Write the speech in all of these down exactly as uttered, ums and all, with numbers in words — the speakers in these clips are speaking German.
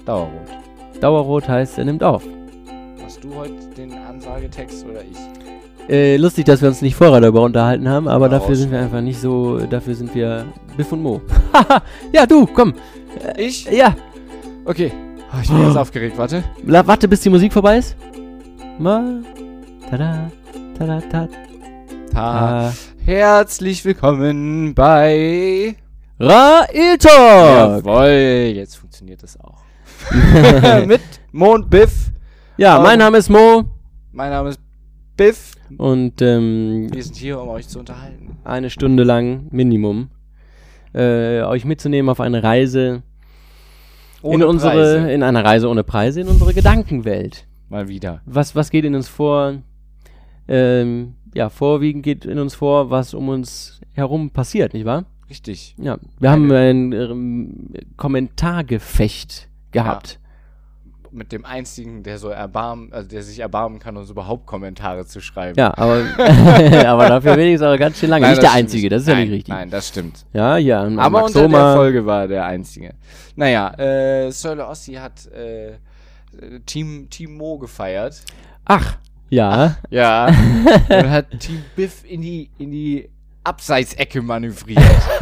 Dauerrot. Dauerrot heißt, er nimmt auf. Hast du heute den Ansagetext oder ich? Äh, lustig, dass wir uns nicht vorher darüber unterhalten haben, aber Ja, dafür sind wir einfach nicht so, dafür sind wir Biff und Mo. Ja, du, komm. Äh, ich? Ja. Okay. Oh, ich bin jetzt aufgeregt, warte. La, warte, bis die Musik vorbei ist. Mal. Tada, tada, tada. Ta. Herzlich willkommen bei Rail Talk. Jawohl, jetzt funktioniert das auch. Mit Mo und Biff. Ja, um, mein Name ist Mo. Mein Name ist Biff. Und ähm, wir sind hier, um euch zu unterhalten. Eine Stunde lang, Minimum, äh, euch mitzunehmen auf eine Reise Ohne in unsere, Preise. in eine Reise ohne Preise, in unsere Gedankenwelt. Mal wieder. Was, was geht in uns vor? Ähm, ja, vorwiegend geht in uns vor, was um uns herum passiert, nicht wahr? Richtig. Ja, wir haben ein ähm, Kommentargefecht gehabt. Ja. Mit dem einzigen, der so erbarmen, also der sich erbarmen kann, uns überhaupt Kommentare zu schreiben. Ja, aber, aber dafür wenigstens auch ganz schön lange. Nein, nicht der stimmt Einzige, das ist nein, ja nicht richtig. Nein, das stimmt. Ja, ja. Aber Max unter Homer. der Folge war der Einzige. Naja, äh, Sirle Ossi hat äh, Team, Team Mo gefeiert. Ach, ja. Ja. Und hat Team Biff in die, in die Abseitsecke manövriert.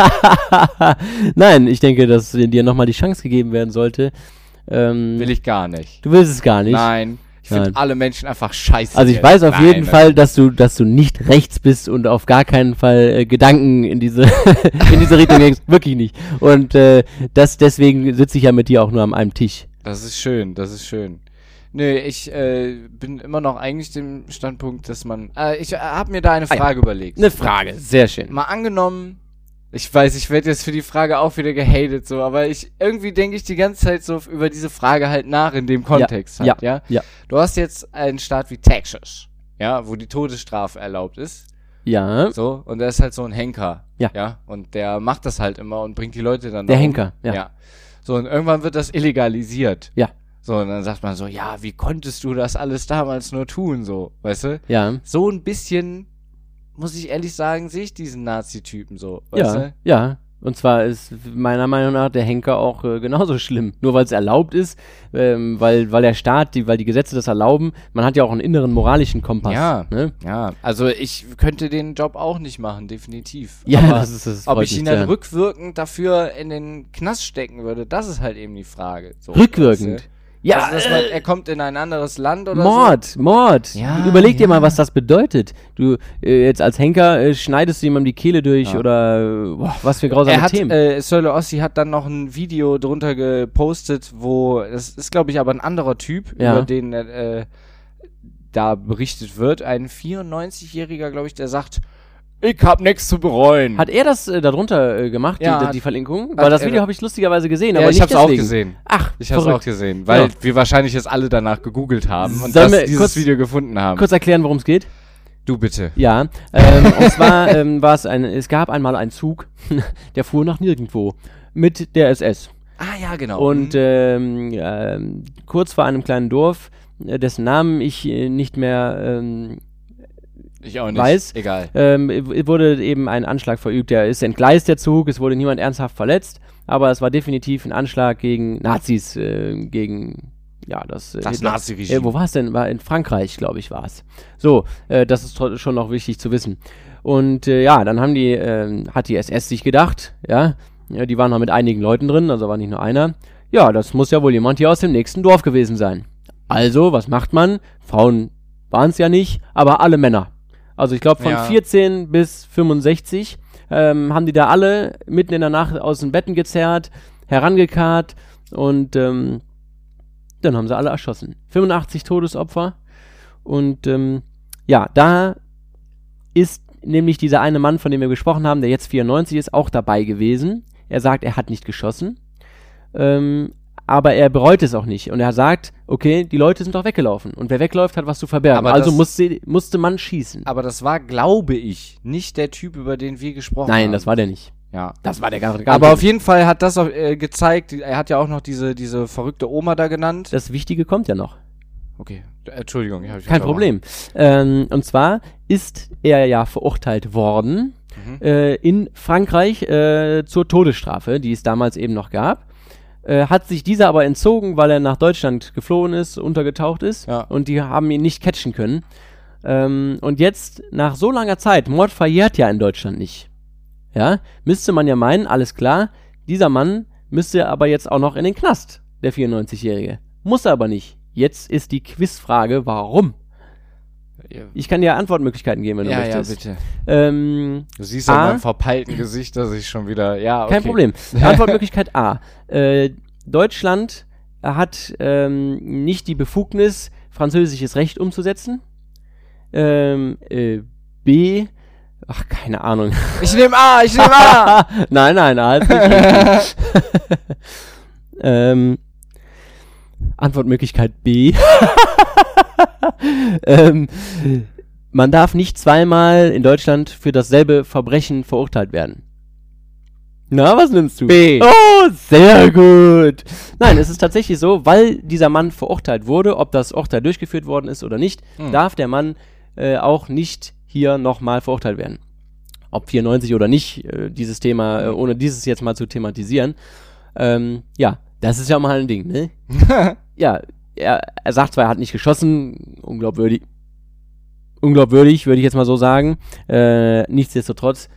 Nein, ich denke, dass dir nochmal die Chance gegeben werden sollte. Ähm, Will ich gar nicht. Du willst es gar nicht? Nein. Ich finde alle Menschen einfach scheiße. Also ich jetzt. weiß auf Nein, jeden das Fall, dass du, dass du nicht rechts bist und auf gar keinen Fall äh, Gedanken in diese in diese Richtung denkst. Wirklich nicht. Und äh, das deswegen sitze ich ja mit dir auch nur an einem Tisch. Das ist schön, das ist schön. Nö, ich äh, bin immer noch eigentlich dem Standpunkt, dass man... Äh, ich äh, habe mir da eine Frage ah, ja. überlegt. Eine Frage, sehr schön. Mal angenommen, ich weiß, ich werde jetzt für die Frage auch wieder gehatet, so, aber ich irgendwie denke ich die ganze Zeit so über diese Frage halt nach in dem Kontext ja, halt, ja? ja? Ja. Du hast jetzt einen Staat wie Texas, ja, wo die Todesstrafe erlaubt ist. Ja. So, und da ist halt so ein Henker. Ja. Ja. Und der macht das halt immer und bringt die Leute dann Der da um. Henker, ja. Ja. So, und irgendwann wird das illegalisiert. Ja. So, und dann sagt man so, ja, wie konntest du das alles damals nur tun, so, weißt du? Ja. So ein bisschen, muss ich ehrlich sagen, sehe ich diesen Nazi-Typen so, weißt Ja, du? ja. Und zwar ist meiner Meinung nach der Henker auch äh, genauso schlimm. Nur weil es erlaubt ist, ähm, weil, weil der Staat, die, weil die Gesetze das erlauben, man hat ja auch einen inneren moralischen Kompass. Ja, ne? ja. Also ich könnte den Job auch nicht machen, definitiv. Ja, Aber das ist das. ob freut ich mich ihn dann sehr. rückwirkend dafür in den Knast stecken würde, das ist halt eben die Frage. So, Rückwirkend? weißt du? Ja, also, dass man, äh, er kommt in ein anderes Land oder Mord, so. Mord. Ja, Überleg dir ja. mal, was das bedeutet. Du, äh, jetzt als Henker äh, schneidest du jemandem die Kehle durch Ja. oder äh, boah, was für grausame Er hat, Themen. äh, Sirle Ossi hat dann noch ein Video drunter gepostet, wo, das ist glaube ich aber ein anderer Typ, Ja. über den äh, da berichtet wird. Ein vierundneunzigjähriger, glaube ich, der sagt, ich hab nichts zu bereuen. Hat er das äh, darunter äh, gemacht, Ja, die, hat- die Verlinkung? hat Weil das er- Video habe ich lustigerweise gesehen, ja, aber ich nicht hab's auch deswegen. gesehen. Ach, Ich hab's verrückt. auch gesehen, weil Ja. wir wahrscheinlich jetzt alle danach gegoogelt haben und Sollen das, wir dieses kurz- Video gefunden haben. Kurz erklären, worum es geht? Du bitte. Ja, ähm, und zwar ähm, war es ein, es gab einmal einen Zug, der fuhr nach nirgendwo mit der S S. Ah ja, genau. Und ähm, ähm, kurz vor einem kleinen Dorf, äh, dessen Namen ich äh, nicht mehr ähm, ich auch nicht. weiß. Egal. ähm, w- wurde eben ein Anschlag verübt. Der ist entgleist, der Zug, es wurde niemand ernsthaft verletzt, aber es war definitiv ein Anschlag gegen Nazis, äh, gegen ja, das, äh, Das Hitler- Nazi-Regime. Äh, wo war es denn? War in Frankreich, glaube ich, war es. So, äh, das ist tro- schon noch wichtig zu wissen. Und äh, ja, dann haben die, äh, hat die S S sich gedacht, ja, ja, die waren noch mit einigen Leuten drin, also war nicht nur einer. Ja, das muss ja wohl jemand hier aus dem nächsten Dorf gewesen sein. Also, was macht man? Frauen waren es ja nicht, aber alle Männer. Also ich glaube von Ja. vierzehn bis fünfundsechzig ähm, haben die da alle mitten in der Nacht aus den Betten gezerrt, herangekarrt und ähm, dann haben sie alle erschossen. fünfundachtzig Todesopfer und ähm, ja, da ist nämlich dieser eine Mann, von dem wir gesprochen haben, der jetzt vierundneunzig ist, auch dabei gewesen. Er sagt, er hat nicht geschossen, ähm, aber er bereut es auch nicht und er sagt, okay, die Leute sind doch weggelaufen und wer wegläuft, hat was zu verbergen. Aber Also das- musste, musste man schießen. Aber das war, glaube ich, nicht der Typ, über den wir gesprochen haben. Nein, das war der nicht. Ja. Das war der gar, gar Aber nicht. auf jeden Fall hat das auch, äh, gezeigt, er hat ja auch noch diese, diese verrückte Oma da genannt. Das Wichtige kommt ja noch. Okay, äh, Entschuldigung. Ich hab dich Kein unterbrochen. Problem. Ähm, und zwar ist er ja verurteilt worden Mhm. äh, in Frankreich äh, zur Todesstrafe, die es damals eben noch gab. äh, hat sich dieser aber entzogen, weil er nach Deutschland geflohen ist, untergetaucht ist. Ja. Und die haben ihn nicht catchen können. Ähm, und jetzt, nach so langer Zeit, Mord verjährt ja in Deutschland nicht. Ja, müsste man ja meinen, alles klar, dieser Mann müsste aber jetzt auch noch in den Knast, der vierundneunzigjährige. Muss er aber nicht. Jetzt ist die Quizfrage, warum? Ich kann dir Antwortmöglichkeiten geben, wenn du Ja, möchtest. ja, bitte. Ähm, Du siehst A. an meinem verpeilten Gesicht, dass ich schon wieder, ja, okay. Kein Problem. Antwortmöglichkeit A. Äh, Deutschland hat ähm, nicht die Befugnis, französisches Recht umzusetzen. Ähm, äh, B. Ach, keine Ahnung. Ich nehme A, ich nehme A! nein, nein, A ist nicht richtig. ähm, Antwortmöglichkeit B. ähm, man darf nicht zweimal in Deutschland für dasselbe Verbrechen verurteilt werden. Na, was nimmst du? B. Oh, sehr gut. Nein, es ist tatsächlich so, weil dieser Mann verurteilt wurde, ob das Urteil durchgeführt worden ist oder nicht, Hm. darf der Mann äh, auch nicht hier nochmal verurteilt werden. Ob vierundneunzig oder nicht, äh, dieses Thema, äh, ohne dieses jetzt mal zu thematisieren. Ähm, ja, das ist ja mal ein Ding, ne? Ja, er, er sagt zwar, er hat nicht geschossen, unglaubwürdig, unglaubwürdig, würde ich jetzt mal so sagen. Äh, nichtsdestotrotz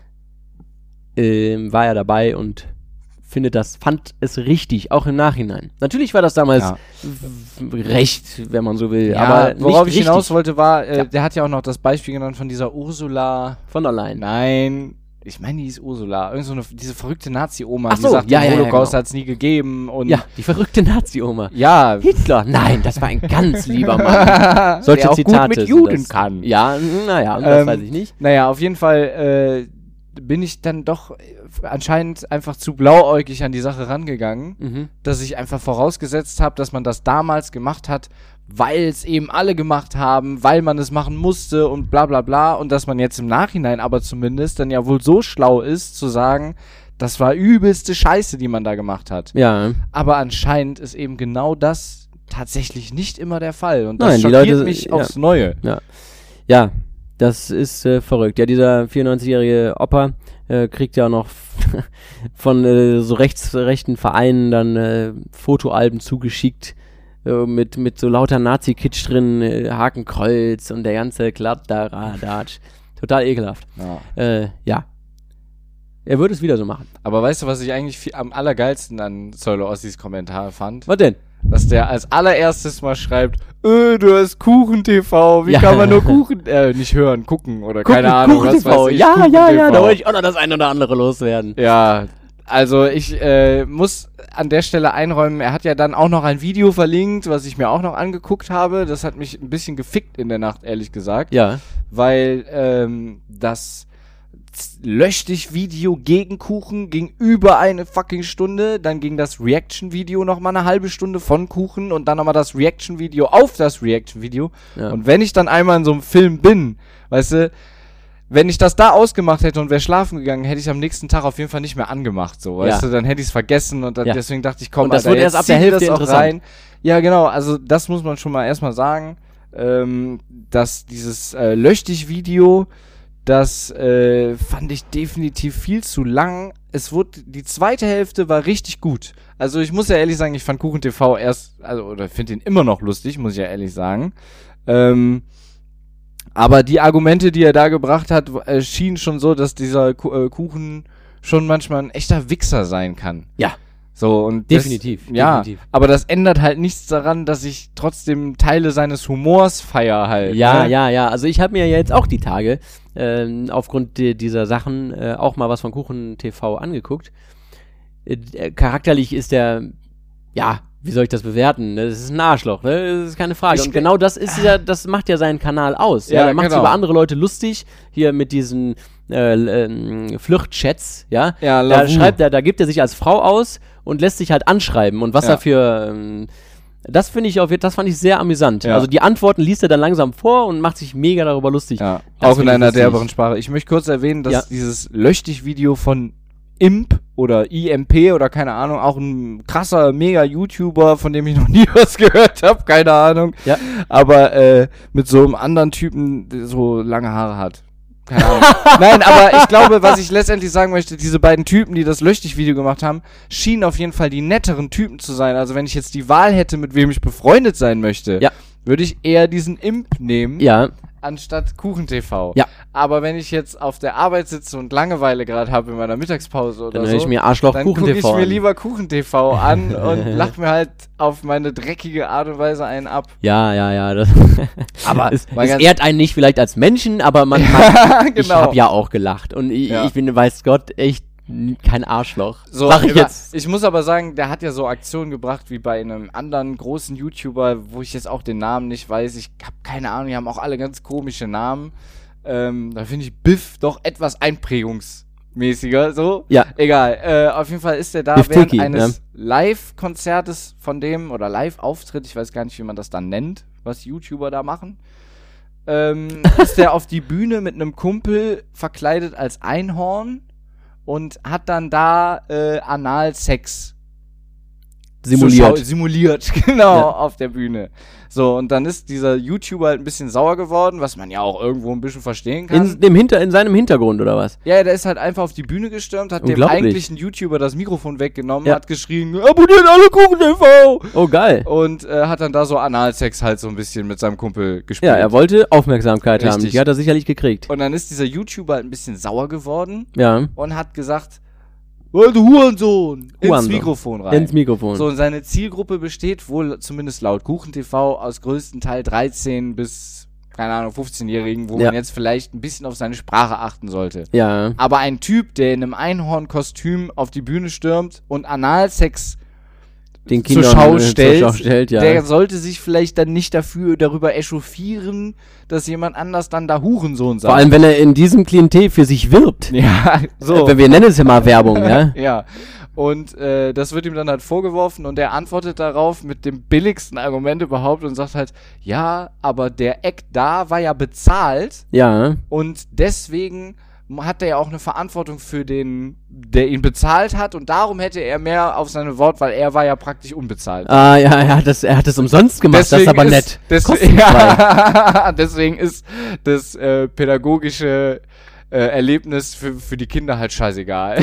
ähm, war er dabei und findet das, fand es richtig, auch im Nachhinein. Natürlich war das damals Ja. w- recht, wenn man so will, Ja, aber worauf nicht ich hinaus richtig. wollte, war, äh, Ja. der hat ja auch noch das Beispiel genannt von dieser Ursula. Von allein. Nein, ich meine, die ist Ursula. Irgend so eine, diese verrückte Nazi-Oma, Ach die so, sagt, ja, den ja, ja, Holocaust genau. hat es nie gegeben. Und Ja, die verrückte Nazi-Oma. ja, Hitler, nein, das war ein ganz lieber Mann. Solche der auch Zitate gut mit sind Juden das. kann. Ja, naja, das Ähm, weiß ich nicht. Naja, auf jeden Fall äh, bin ich dann doch äh, anscheinend einfach zu blauäugig an die Sache rangegangen, Mhm. dass ich einfach vorausgesetzt habe, dass man das damals gemacht hat, weil es eben alle gemacht haben, weil man es machen musste und bla bla bla und dass man jetzt im Nachhinein aber zumindest dann ja wohl so schlau ist, zu sagen, das war übelste Scheiße, die man da gemacht hat. Ja, Aber anscheinend ist eben genau das tatsächlich nicht immer der Fall und das Nein, die schockiert Leute- mich ja. aufs Neue. ja, das ist äh, verrückt. Ja, dieser vierundneunzigjährige Opa äh, kriegt ja auch noch von äh, so rechts, rechten Vereinen dann äh, Fotoalben zugeschickt äh, mit, mit so lauter Nazi-Kitsch drin, äh, Hakenkreuz und der ganze Kladderadatsch. Total ekelhaft. Ja. Äh, ja. Er würde es wieder so machen. Aber weißt du, was ich eigentlich viel, am allergeilsten an Solo Ossis Kommentar fand? Was denn? Dass der als allererstes mal schreibt, äh, du hast Kuchen-T V, wie Ja. kann man nur Kuchen, äh, nicht hören, gucken oder keine Ahnung, was Kuchen-T V. weiß ich. Ja, ja, ja, Kuchen-T V. da wollte ich auch noch das ein oder andere loswerden. Ja, also ich äh, muss an der Stelle einräumen, er hat ja dann auch noch ein Video verlinkt, was ich mir auch noch angeguckt habe. Das hat mich ein bisschen gefickt in der Nacht, ehrlich gesagt. Ja. Weil ähm, das Lösch dich Video gegen Kuchen ging über eine fucking Stunde, dann ging das Reaction-Video nochmal eine halbe Stunde von Kuchen und dann nochmal das Reaction-Video auf das Reaction-Video. Ja. Und wenn ich dann einmal in so einem Film bin, weißt du, wenn ich das da ausgemacht hätte und wäre schlafen gegangen, hätte ich am nächsten Tag auf jeden Fall nicht mehr angemacht, so, weißt Ja. du, dann hätte ich es vergessen und dann, Ja. deswegen dachte ich, komm, Und das Alter, wurde erst jetzt ab der zieh Hälfte das auch interessant. rein. Ja, genau, also das muss man schon mal erstmal sagen, ähm, dass dieses äh, Lösch dich Video, das äh, fand ich definitiv viel zu lang. Es wurde, die zweite Hälfte war richtig gut. Also ich muss ja ehrlich sagen, ich fand Kuchen-T V erst, also, oder finde ihn immer noch lustig, muss ich ja ehrlich sagen. Ähm, aber die Argumente, die er da gebracht hat, äh, schienen schon so, dass dieser Ku- äh, Kuchen schon manchmal ein echter Wichser sein kann. Ja. So, und Definitiv, Das, ja, definitiv. aber das ändert halt nichts daran, dass ich trotzdem Teile seines Humors feier halt. Ja, ne? ja, ja. Also ich habe mir jetzt auch die Tage ähm, aufgrund de dieser Sachen äh, auch mal was von Kuchen-T V angeguckt. Äh, äh, charakterlich ist der, ja, wie soll ich das bewerten? Das ist ein Arschloch, ne? Das ist keine Frage. Ich- Und genau das ist ja, das macht ja seinen Kanal aus. Ja, Ja, er macht genau. über andere Leute lustig, hier mit diesen äh, ähm, Flirt-Chats, ja. Ja, Da Lavu. schreibt er, da gibt er sich als Frau aus und lässt sich halt anschreiben. Und was Ja. er für, ähm, das finde ich auf, das fand ich sehr amüsant. Ja. Also die Antworten liest er dann langsam vor und macht sich mega darüber lustig. Ja, Das auch in finde ich einer lustig. derberen Sprache. Ich möchte kurz erwähnen, dass Ja. dieses Lösch dich Video von Imp oder I M P oder keine Ahnung, auch ein krasser, mega YouTuber, von dem ich noch nie was gehört habe, keine Ahnung. Ja. Aber äh, mit so einem anderen Typen, der so lange Haare hat. keine Ahnung. Nein, aber ich glaube, was ich letztendlich sagen möchte, diese beiden Typen, die das Löchtig-Video gemacht haben, schienen auf jeden Fall die netteren Typen zu sein. Also wenn ich jetzt die Wahl hätte, mit wem ich befreundet sein möchte, Ja. würde ich eher diesen Imp nehmen, Ja. anstatt KuchenTV. Ja. Aber wenn ich jetzt auf der Arbeit sitze und Langeweile gerade habe in meiner Mittagspause oder Dann so, höre ich mir Arschloch dann gucke ich KuchenTV mir an. lieber KuchenTV an und lach mir halt auf meine dreckige Art und Weise einen ab. Ja, ja, ja. Das Aber es, mal es ganz- ehrt einen nicht vielleicht als Menschen, aber man, man ich genau. habe ja auch gelacht. Und ich, Ja. ich bin, weiß Gott, echt n- kein Arschloch. So, Sag ich immer- jetzt. Ich muss aber sagen, der hat ja so Aktionen gebracht wie bei einem anderen großen YouTuber, wo ich jetzt auch den Namen nicht weiß. Ich habe keine Ahnung, die haben auch alle ganz komische Namen. Ähm, da finde ich Biff doch etwas einprägungsmäßiger, so. Ja. Egal. Äh, auf jeden Fall ist der da Biff während Tiki, eines Live-Konzertes von dem oder Live-Auftritt, ich weiß gar nicht, wie man das dann nennt, was YouTuber da machen. Ähm, ist der auf die Bühne mit einem Kumpel verkleidet als Einhorn und hat dann da äh, Analsex Simuliert. Zuschau- simuliert, genau, Ja. auf der Bühne. So, und dann ist dieser YouTuber halt ein bisschen sauer geworden, was man ja auch irgendwo ein bisschen verstehen kann. In, dem Hinter, in seinem Hintergrund, oder was? Ja, der ist halt einfach auf die Bühne gestürmt, hat dem Unglaublich. eigentlichen YouTuber das Mikrofon weggenommen, Ja. hat geschrien, abonniert alle KuchenTV! Oh, geil. Und äh, hat dann da so Analsex halt so ein bisschen mit seinem Kumpel gespielt. Ja, er wollte Aufmerksamkeit haben. Richtig. Die hat er sicherlich gekriegt. Und dann ist dieser YouTuber halt ein bisschen sauer geworden Ja. und hat gesagt, oh, du Hurensohn, ins Hurensohn. Mikrofon rein. Ins Mikrofon. So, und seine Zielgruppe besteht wohl, zumindest laut KuchenTV, aus größten Teil dreizehn bis, keine Ahnung, fünfzehnjährigen, wo Ja. man jetzt vielleicht ein bisschen auf seine Sprache achten sollte. Ja. Aber ein Typ, der in einem Einhornkostüm auf die Bühne stürmt und Analsex Den zur Kindern Schau äh, stellt, zur Schau stellt ja. der sollte sich vielleicht dann nicht dafür darüber echauffieren, dass jemand anders dann da Hurensohn sagt. Vor allem, wenn er in diesem Klientel für sich wirbt. ja, so. Äh, Wir nennen es ja mal Werbung, ja? Ja, und äh, das wird ihm dann halt vorgeworfen und er antwortet darauf mit dem billigsten Argument überhaupt und sagt halt, ja, aber der Eck da war ja bezahlt Ja. und deswegen hat er ja auch eine Verantwortung für den, der ihn bezahlt hat und darum hätte er mehr auf seine Wort, weil er war ja praktisch unbezahlt. Ah, ja, ja, das, er hat es umsonst gemacht, das ist aber ist, nett. Deswegen, Kostenfrei. ja, deswegen ist das äh, pädagogische äh, Erlebnis für, für die Kinder halt scheißegal.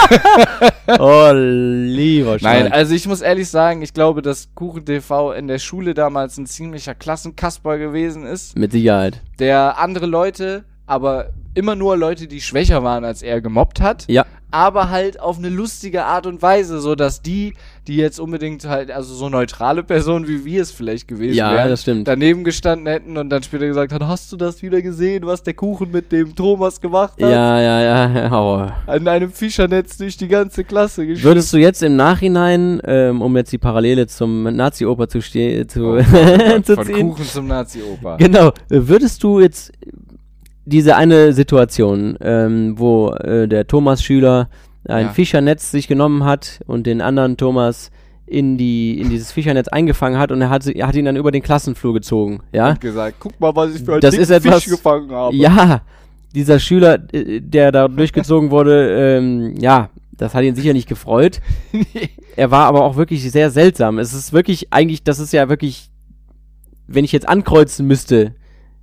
Oh, lieber Schwein. Nein, also ich muss ehrlich sagen, ich glaube, dass KuchenTV in der Schule damals ein ziemlicher Klassenkasper gewesen ist, Mit Sicherheit. der andere Leute, aber immer nur Leute, die schwächer waren als er, gemobbt hat. Ja. Aber halt auf eine lustige Art und Weise, so dass die, die jetzt unbedingt halt, also so neutrale Personen wie wir es vielleicht gewesen Ja, wären, das stimmt. daneben gestanden hätten und dann später gesagt hat, hast du das wieder gesehen, was der Kuchen mit dem Thomas gemacht hat? Ja, ja, ja. Oh. An einem Fischernetz durch die ganze Klasse geschickt. Würdest du jetzt im Nachhinein, ähm, um jetzt die Parallele zum Nazi-Oper zu, ste- zu, Oh, zu von ziehen, Kuchen zum Nazi-Oper. genau, äh, würdest du jetzt diese eine Situation, ähm, wo äh, der Thomas-Schüler ein Ja. Fischernetz sich genommen hat und den anderen Thomas in die in dieses Fischernetz eingefangen hat und er hat, sie- er hat ihn dann über den Klassenflur gezogen, ja? Und gesagt, guck mal, was ich für einen Das dicken ist etwas- Fisch gefangen habe. Ja, dieser Schüler, äh, der da durchgezogen wurde, ähm, ja, das hat ihn sicher nicht gefreut. Er war aber auch wirklich sehr seltsam. Es ist wirklich, eigentlich, das ist ja wirklich, wenn ich jetzt ankreuzen müsste,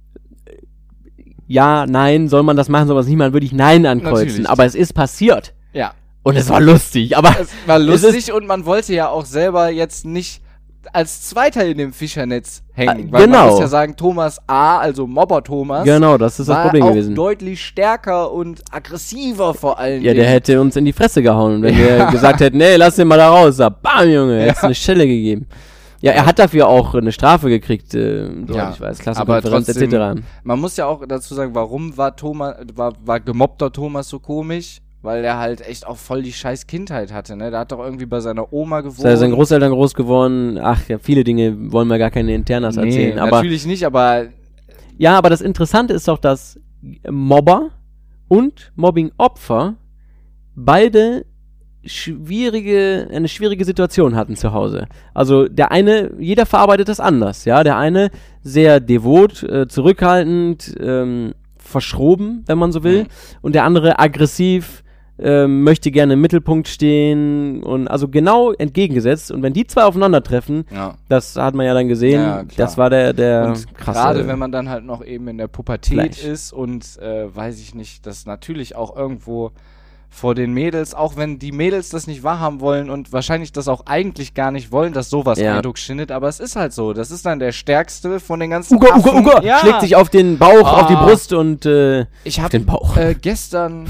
ja, nein, soll man das machen, soll man das nicht machen, würde ich nein ankreuzen. Natürlich. Aber es ist passiert. Ja. Und es war lustig, aber Es war Es lustig und man wollte ja auch selber jetzt nicht als Zweiter in dem Fischernetz hängen. Ah, weil man genau. muss ja sagen, Thomas A., also Mobber Thomas, genau, das ist das war Problem auch gewesen. deutlich stärker und aggressiver vor allen Ja, Dingen. der hätte uns in die Fresse gehauen, wenn Ja. wir gesagt hätten, nee, lass den mal da raus. Da, bam, Junge, jetzt eine Schelle gegeben. Ja, er hat dafür auch eine Strafe gekriegt, äh, soweit Ja, ich weiß, aber Klassenkonferenz et trotzdem- cetera. Man muss ja auch dazu sagen, warum war Thomas, war, war gemobbter Thomas so komisch? Weil er halt echt auch voll die scheiß Kindheit hatte, ne? Der hat doch irgendwie bei seiner Oma gewohnt. Sei seinen Großeltern groß geworden. Ach ja, viele Dinge wollen wir gar keine Internas nee, erzählen. Aber natürlich nicht, aber ja, aber das Interessante ist doch, dass Mobber und Mobbing-Opfer beide schwierige, eine schwierige Situation hatten zu Hause. Also der eine, jeder verarbeitet das anders, ja. Der eine sehr devot, äh, zurückhaltend, ähm, verschroben, wenn man so will. Mhm. Und der andere aggressiv, ähm, möchte gerne im Mittelpunkt stehen und also genau entgegengesetzt. Und wenn die zwei aufeinandertreffen, Ja. das hat man ja dann gesehen, Ja, klar. das war der, der Und krasse. gerade wenn man dann halt noch eben in der Pubertät Fleisch. ist und äh, weiß ich nicht, das natürlich auch irgendwo vor den Mädels, auch wenn die Mädels das nicht wahrhaben wollen und wahrscheinlich das auch eigentlich gar nicht wollen, dass sowas Ja. Eindruck schindet, aber es ist halt so. Das ist dann der stärkste von den ganzen Uga, Uga, Affen. Uga, Ja. schlägt sich auf den Bauch, Ah. auf die Brust und äh, Ich auf habe den Bauch. äh, gestern,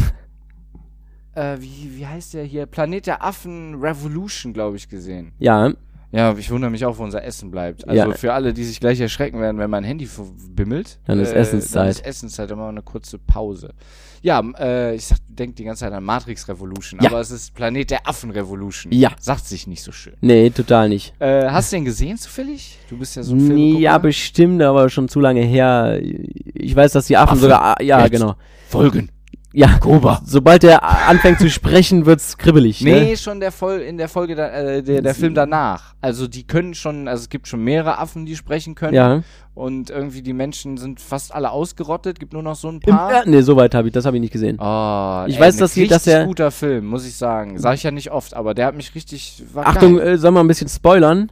äh, wie, wie heißt der hier? Planet der Affen Revolution, glaube ich, gesehen. Ja, Ja, ich wundere mich auch, wo unser Essen bleibt. Also Ja. für alle, die sich gleich erschrecken werden, wenn mein Handy v- bimmelt. Dann ist Essenszeit. Dann ist Essenszeit, dann machen wir eine kurze Pause. Ja, äh, ich denke die ganze Zeit an Matrix Revolution, Ja. aber es ist Planet der Affen Revolution. Ja. Sagt sich nicht so schön. nee, total nicht. Äh, hast du den gesehen zufällig? Du bist ja so ein Film. Nee, ja, bestimmt, aber schon zu lange her. Ich weiß, dass die Affen, Affen. sogar, ah, ja, Jetzt. genau. Folgen. Ja, Cobra. sobald der anfängt zu sprechen, wird's kribbelig, Nee, ne? schon der Vol in der Folge, da, äh, der, der Film danach. Also die können schon, also es gibt schon mehrere Affen, die sprechen können. Ja. Und irgendwie die Menschen sind fast alle ausgerottet, gibt nur noch so ein Im, paar. äh, nee, so weit habe ich, das habe ich nicht gesehen. Oh, Ich ey, weiß, ein dass sie- richtig dass er- guter Film, muss ich sagen. Sag ich ja nicht oft, aber der hat mich richtig. War Achtung, geil. äh, sollen wir ein bisschen spoilern?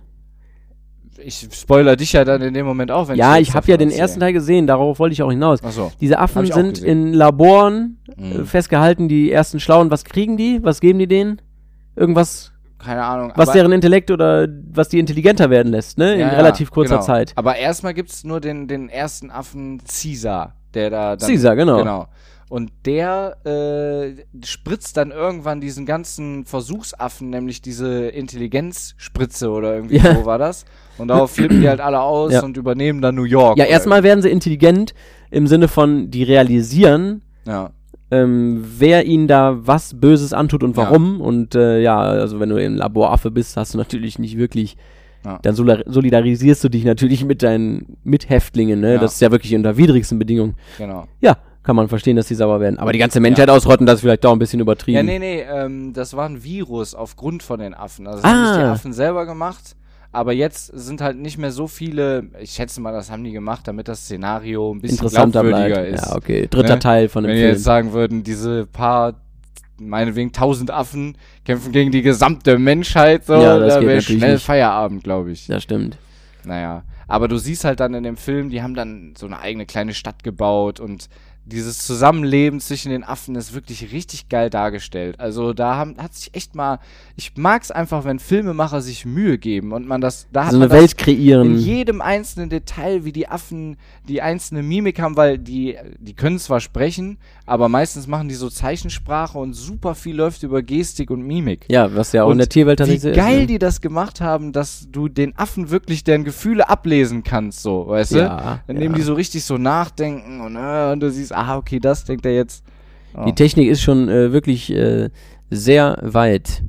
Ich spoiler dich ja dann in dem Moment auch, wenn Ja, jetzt ich habe ja davon den ersten erzähle. Teil gesehen, darauf wollte ich auch hinaus. Achso. Diese Hab Affen ich auch sind gesehen. in Laboren äh, Mhm. festgehalten, die ersten Schlauen. Was kriegen die? Was geben die denen? Irgendwas, Keine Ahnung. was aber- deren Intellekt oder was die intelligenter werden lässt, ne? In Ja, ja, relativ kurzer genau. Zeit. Aber erstmal gibt's nur den, den ersten Affen Caesar, der da dann. Caesar, genau. Genau. Und der äh, spritzt dann irgendwann diesen ganzen Versuchsaffen, nämlich diese Intelligenzspritze oder irgendwie Ja. so war das. Und darauf flippen die halt alle aus Ja. und übernehmen dann New York. Ja, oder erstmal werden sie intelligent im Sinne von, die realisieren, Ja. ähm, wer ihnen da was Böses antut und Ja. warum. Und äh, ja, also wenn du im Laboraffe bist, hast du natürlich nicht wirklich, Ja. dann solar- solidarisierst du dich natürlich mit deinen Mithäftlingen, ne? Ja. Das ist ja wirklich unter widrigsten Bedingungen. Genau. Ja, kann man verstehen, dass die sauer werden. Aber die ganze Menschheit ausrotten, das ist vielleicht doch ein bisschen übertrieben. Ja, nee, nee, ähm, das war ein Virus aufgrund von den Affen. Also das Ah. haben nicht die Affen selber gemacht, aber jetzt sind halt nicht mehr so viele, ich schätze mal, das haben die gemacht, damit das Szenario ein bisschen Interessanter glaubwürdiger bleibt. ist. Ja, okay. Dritter Ne? Teil von dem Wenn die Film. jetzt sagen würden, diese paar, meinetwegen tausend Affen kämpfen gegen die gesamte Menschheit, so, Ja, das da geht wäre natürlich schnell nicht. Feierabend, glaube ich. Ja, stimmt. Naja, aber du siehst halt dann in dem Film, die haben dann so eine eigene kleine Stadt gebaut und dieses Zusammenleben zwischen den Affen ist wirklich richtig geil dargestellt. Also da haben, hat sich echt mal, ich mag's einfach, wenn Filmemacher sich Mühe geben und man das, da hat So man eine das Welt kreieren. in jedem einzelnen Detail, wie die Affen die einzelne Mimik haben, weil die, die können zwar sprechen, aber meistens machen die so Zeichensprache und super viel läuft über Gestik und Mimik. Ja, was ja auch in Und der Tierwelt Wie tatsächlich geil ist. ne? die das gemacht haben, dass du den Affen wirklich deren Gefühle ablesen kannst, so, weißt du? Ja, Dann ja. nehmen die so richtig so nachdenken und, äh, und du siehst, ah, okay, das denkt er jetzt. Oh. Die Technik ist schon äh, wirklich äh, sehr weit.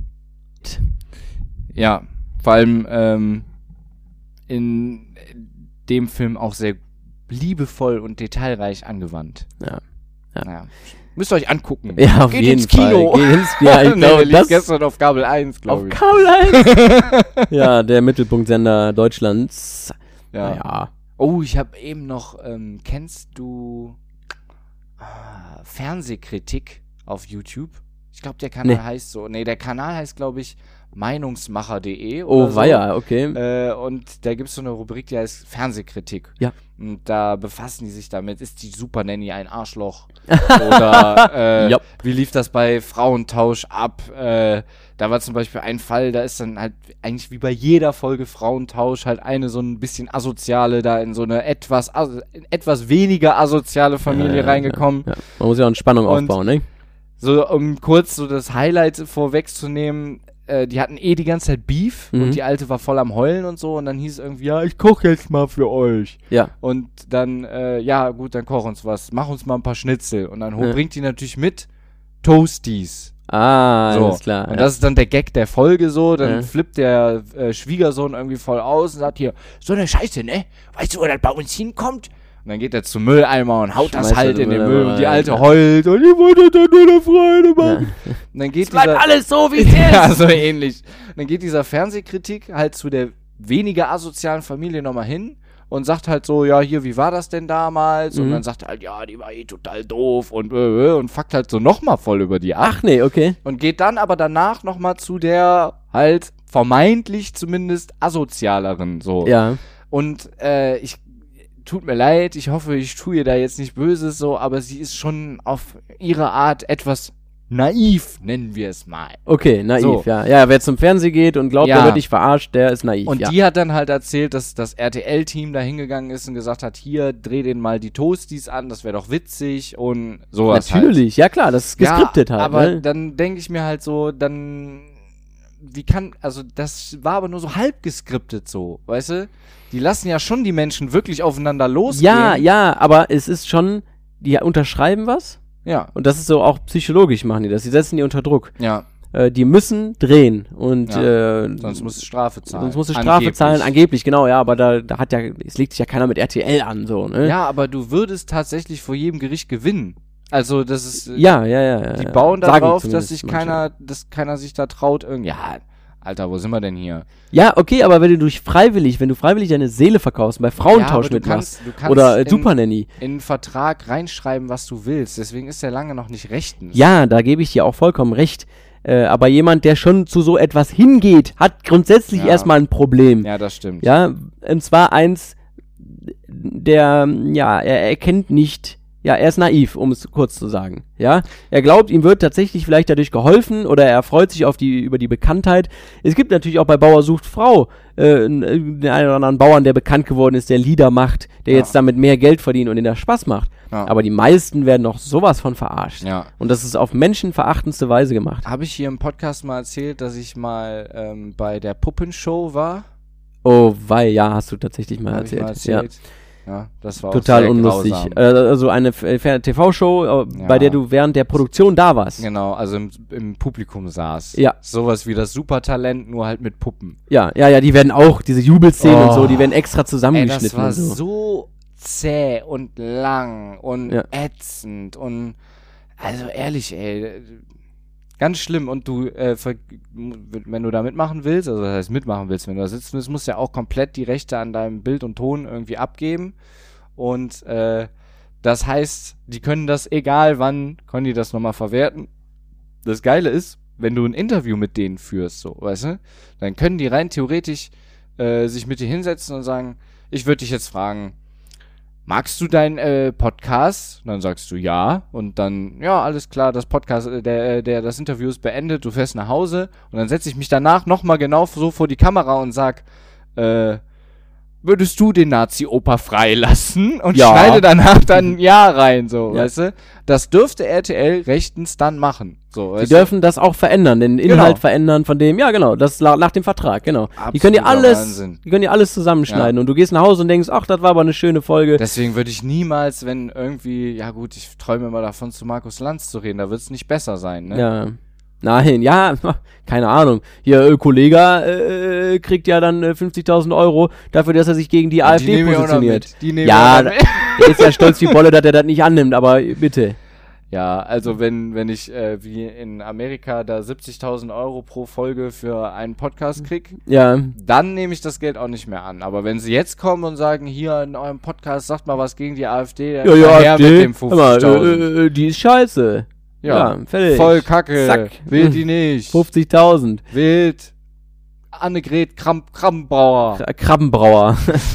Ja, vor allem ähm, in dem Film auch sehr liebevoll und detailreich angewandt. Ja. Ja. Naja. Müsst ihr euch angucken. Ja, auf Geht jeden ins Kino. Fall. Geht ins, ja, ich Nee, glaube, der lief das gestern auf Kabel eins, auf glaube ich. Kabel eins. Ja, der Mittelpunktsender Deutschlands. Ja. Naja. Oh, ich habe eben noch, ähm, kennst du ah, Fernsehkritik auf YouTube? Ich glaube, der Kanal Nee. heißt so. Nee, der Kanal heißt, glaube ich, meinungsmacher punkt de Oh, oder so. weia, okay. Äh, und da gibt es so eine Rubrik, die heißt Fernsehkritik. Ja. Und da befassen die sich damit, ist die Super Nanny ein Arschloch? Oder äh, Jupp. wie lief das bei Frauentausch ab? Äh, da war zum Beispiel ein Fall, da ist dann halt eigentlich wie bei jeder Folge Frauentausch halt eine so ein bisschen asoziale, da in so eine etwas, aso- etwas weniger asoziale Familie Ja, ja, reingekommen. Ja. Man muss ja auch eine Spannung Und- aufbauen, ne? So, um kurz so das Highlight vorwegzunehmen, äh, die hatten eh die ganze Zeit Beef Mhm. und die Alte war voll am Heulen und so und dann hieß irgendwie, ja, ich koche jetzt mal für euch. Ja. Und dann, äh, ja gut, dann koch uns was, mach uns mal ein paar Schnitzel. Und dann ho- Ja. bringt die natürlich mit Toasties. Ah, So. alles klar. Und ja. das ist dann der Gag der Folge so, dann Ja. flippt der äh, Schwiegersohn irgendwie voll aus und sagt hier, so eine Scheiße, ne? Weißt du, wo das bei uns hinkommt? Und dann geht er zum Mülleimer und haut das Schmeißt halt das in den Mülleimer Müll und die rein, Alte ja. heult und ich wollte da nur eine Freude machen. Ja. Und dann geht Es bleibt dieser, alles so, wie es ja, ist. so ähnlich. Und dann geht dieser Fernsehkritik halt zu der weniger asozialen Familie nochmal hin und sagt halt so, ja, hier, wie war das denn damals? Mhm. Und dann sagt er halt, ja, die war eh total doof und äh, und fuckt halt so nochmal voll über die ab. Ach nee, okay. Und geht dann aber danach nochmal zu der halt vermeintlich zumindest asozialeren, so. Ja. Und äh, ich, tut mir leid, ich hoffe, ich tue ihr da jetzt nicht Böses so, aber sie ist schon auf ihre Art etwas naiv, nennen wir es mal. Okay, naiv, So. ja. Ja, wer zum Fernsehen geht und glaubt, Ja. er wird dich verarscht, der ist naiv, Und ja. die hat dann halt erzählt, dass das R T L-Team da hingegangen ist und gesagt hat, hier, dreh den mal die Toasties an, das wäre doch witzig und sowas Natürlich, ja klar, das ist halt. geskriptet ja, halt. aber ne? dann denke ich mir halt so, dann, wie kann, also das war aber nur so halb geskriptet so, weißt du? Die lassen ja schon die Menschen wirklich aufeinander losgehen. Ja, ja, aber es ist schon, die unterschreiben was Ja, und das ist so auch psychologisch machen die das, die setzen die unter Druck. ja. Äh, die müssen drehen und Ja, äh, Sonst musst du Strafe zahlen. sonst musst du Strafe Angeblich. zahlen, angeblich, genau, ja, aber da, da hat ja, es legt sich ja keiner mit R T L an, so, ne? Ja, aber du würdest tatsächlich vor jedem Gericht gewinnen. Also das ist, äh, ja, ja, ja. ja die ja. bauen Sagen darauf, dass zumindest sich manche. keiner, dass keiner sich da traut irgendwie. Ja, Alter, wo sind wir denn hier? Ja, okay, aber wenn du durch freiwillig, wenn du freiwillig deine Seele verkaufst, bei Frauentausch ja, aber du mitmachst kannst, du kannst oder äh, in, Supernanny, in einen Vertrag reinschreiben, was du willst. Deswegen ist der lange noch nicht rechtens. ja, da gebe ich dir auch vollkommen recht. Äh, aber jemand, der schon zu so etwas hingeht, hat grundsätzlich Ja. erstmal ein Problem. Ja, das stimmt. Ja, und zwar eins, der, ja, er erkennt nicht, ja, er ist naiv, um es kurz zu sagen. Ja, er glaubt, ihm wird tatsächlich vielleicht dadurch geholfen oder er freut sich auf die, über die Bekanntheit. Es gibt natürlich auch bei Bauer sucht Frau äh, einen einen oder anderen Bauern, der bekannt geworden ist, der Lieder macht, der Ja. jetzt damit mehr Geld verdient und den das Spaß macht. Ja. Aber die meisten werden doch sowas von verarscht. Ja. Und das ist auf menschenverachtendste Weise gemacht. Habe ich hier im Podcast mal erzählt, dass ich mal ähm, bei der Puppenshow war? Oh, weil, ja, hast du tatsächlich mal Hab ich erzählt. mal erzählt. Ja, das war Ja. Total auch sehr unlustig. grausam. Äh, Also eine F- äh, T V-Show, äh, Ja. bei der du während der Produktion da warst. Genau, also im, im Publikum saß. Ja. Sowas wie das Supertalent, nur halt mit Puppen. Ja, ja, ja, die werden auch, diese Jubelszenen Oh. und so, die werden extra Ey, zusammengeschnitten das war und so. so zäh und lang und Ja. ätzend und also ehrlich, ey, ganz schlimm. Und du, äh, ver- wenn du da mitmachen willst, also das heißt mitmachen willst, wenn du da sitzen willst, musst du ja auch komplett die Rechte an deinem Bild und Ton irgendwie abgeben. Und äh, das heißt, die können das, egal wann, können die das nochmal verwerten. Das Geile ist, wenn du ein Interview mit denen führst, so, weißt du, dann können die rein theoretisch äh, sich mit dir hinsetzen und sagen, ich würde dich jetzt fragen, magst du deinen äh, Podcast? Und dann sagst du ja. Und dann, ja, alles klar, das Podcast, äh, der, der, das Interview ist beendet, du fährst nach Hause. Und dann setze ich mich danach nochmal genau so vor die Kamera und sag, äh, würdest du den Nazi-Opa freilassen? Und Ja. schneide danach dann Ja rein, so, Ja. weißt du? Das dürfte R T L rechtens dann machen. So, Die weißt du? dürfen das auch verändern, den Inhalt Genau. verändern von dem, ja genau, das la- nach dem Vertrag, genau. Die können dir Absoluter alles, Wahnsinn. die können dir alles zusammenschneiden und du gehst nach Hause und denkst, ach, das war aber eine schöne Folge. Deswegen würde ich niemals, wenn irgendwie, ja gut, ich träume immer davon, zu Markus Lanz zu reden, da wird es nicht besser sein, ne? Ja. Nein, ja, keine Ahnung. Hier, äh, Kollega äh, kriegt ja dann äh, fünfzigtausend Euro dafür, dass er sich gegen die Und AfD nehmen wir auch noch positioniert. mit. Die nehmen Ja, wir auch noch mit. Der ist ja stolz wie Bolle, dass er das nicht annimmt, aber bitte. Ja, also wenn, wenn ich äh, wie in Amerika da siebzigtausend Euro pro Folge für einen Podcast krieg, Ja, dann nehme ich das Geld auch nicht mehr an. Aber wenn sie jetzt kommen und sagen, hier in eurem Podcast, sagt mal was gegen die AfD, dann ja, ja, her AfD, mit dem hör mal, fünfzigtausend. äh, äh, die ist scheiße. Ja, fertig. voll kacke, Zack. wählt die nicht, fünfzigtausend. wählt Annegret Kramp Krabbenbrauer. Kr- Krabbenbrauer.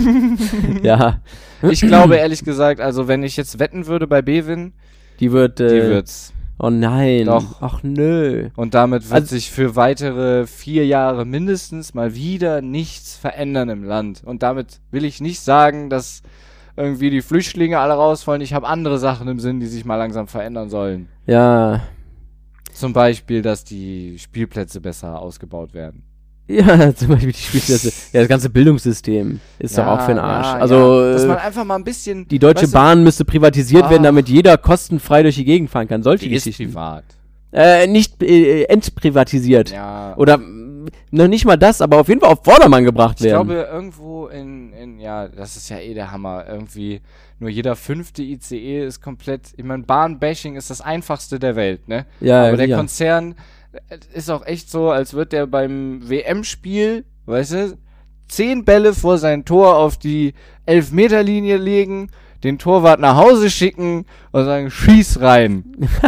Ja, Ich glaube ehrlich gesagt, also wenn ich jetzt wetten würde bei Bewin, die wird, die äh, wird's. oh nein. Doch. Ach nö. Und damit wird Also- sich für weitere vier Jahre mindestens mal wieder nichts verändern im Land. Und damit will ich nicht sagen, dass irgendwie die Flüchtlinge alle rausfallen. Ich habe andere Sachen im Sinn, die sich mal langsam verändern sollen. Ja. Zum Beispiel, dass die Spielplätze besser ausgebaut werden. Ja, zum Beispiel die Spielplätze. Ja, das ganze Bildungssystem ist doch auch für den Arsch. ja, also, ja. Dass äh, man einfach mal ein bisschen... die Deutsche weißt du, Bahn müsste privatisiert Ah. werden, damit jeder kostenfrei durch die Gegend fahren kann. Solche die ist Geschichten. privat. Äh, nicht äh, entprivatisiert. Ja. Oder mh, noch nicht mal das, aber auf jeden Fall auf Vordermann gebracht Ich werden. glaube, irgendwo in, in, ja, das ist ja eh der Hammer. Irgendwie nur jeder fünfte I C E ist komplett, ich meine, Bahnbashing ist das einfachste der Welt, ne? Ja, Aber der sicher. Konzern äh, ist auch echt so, als wird der beim W M-Spiel, weißt du, zehn Bälle vor sein Tor auf die Elfmeterlinie legen, den Torwart nach Hause schicken und sagen, schieß rein.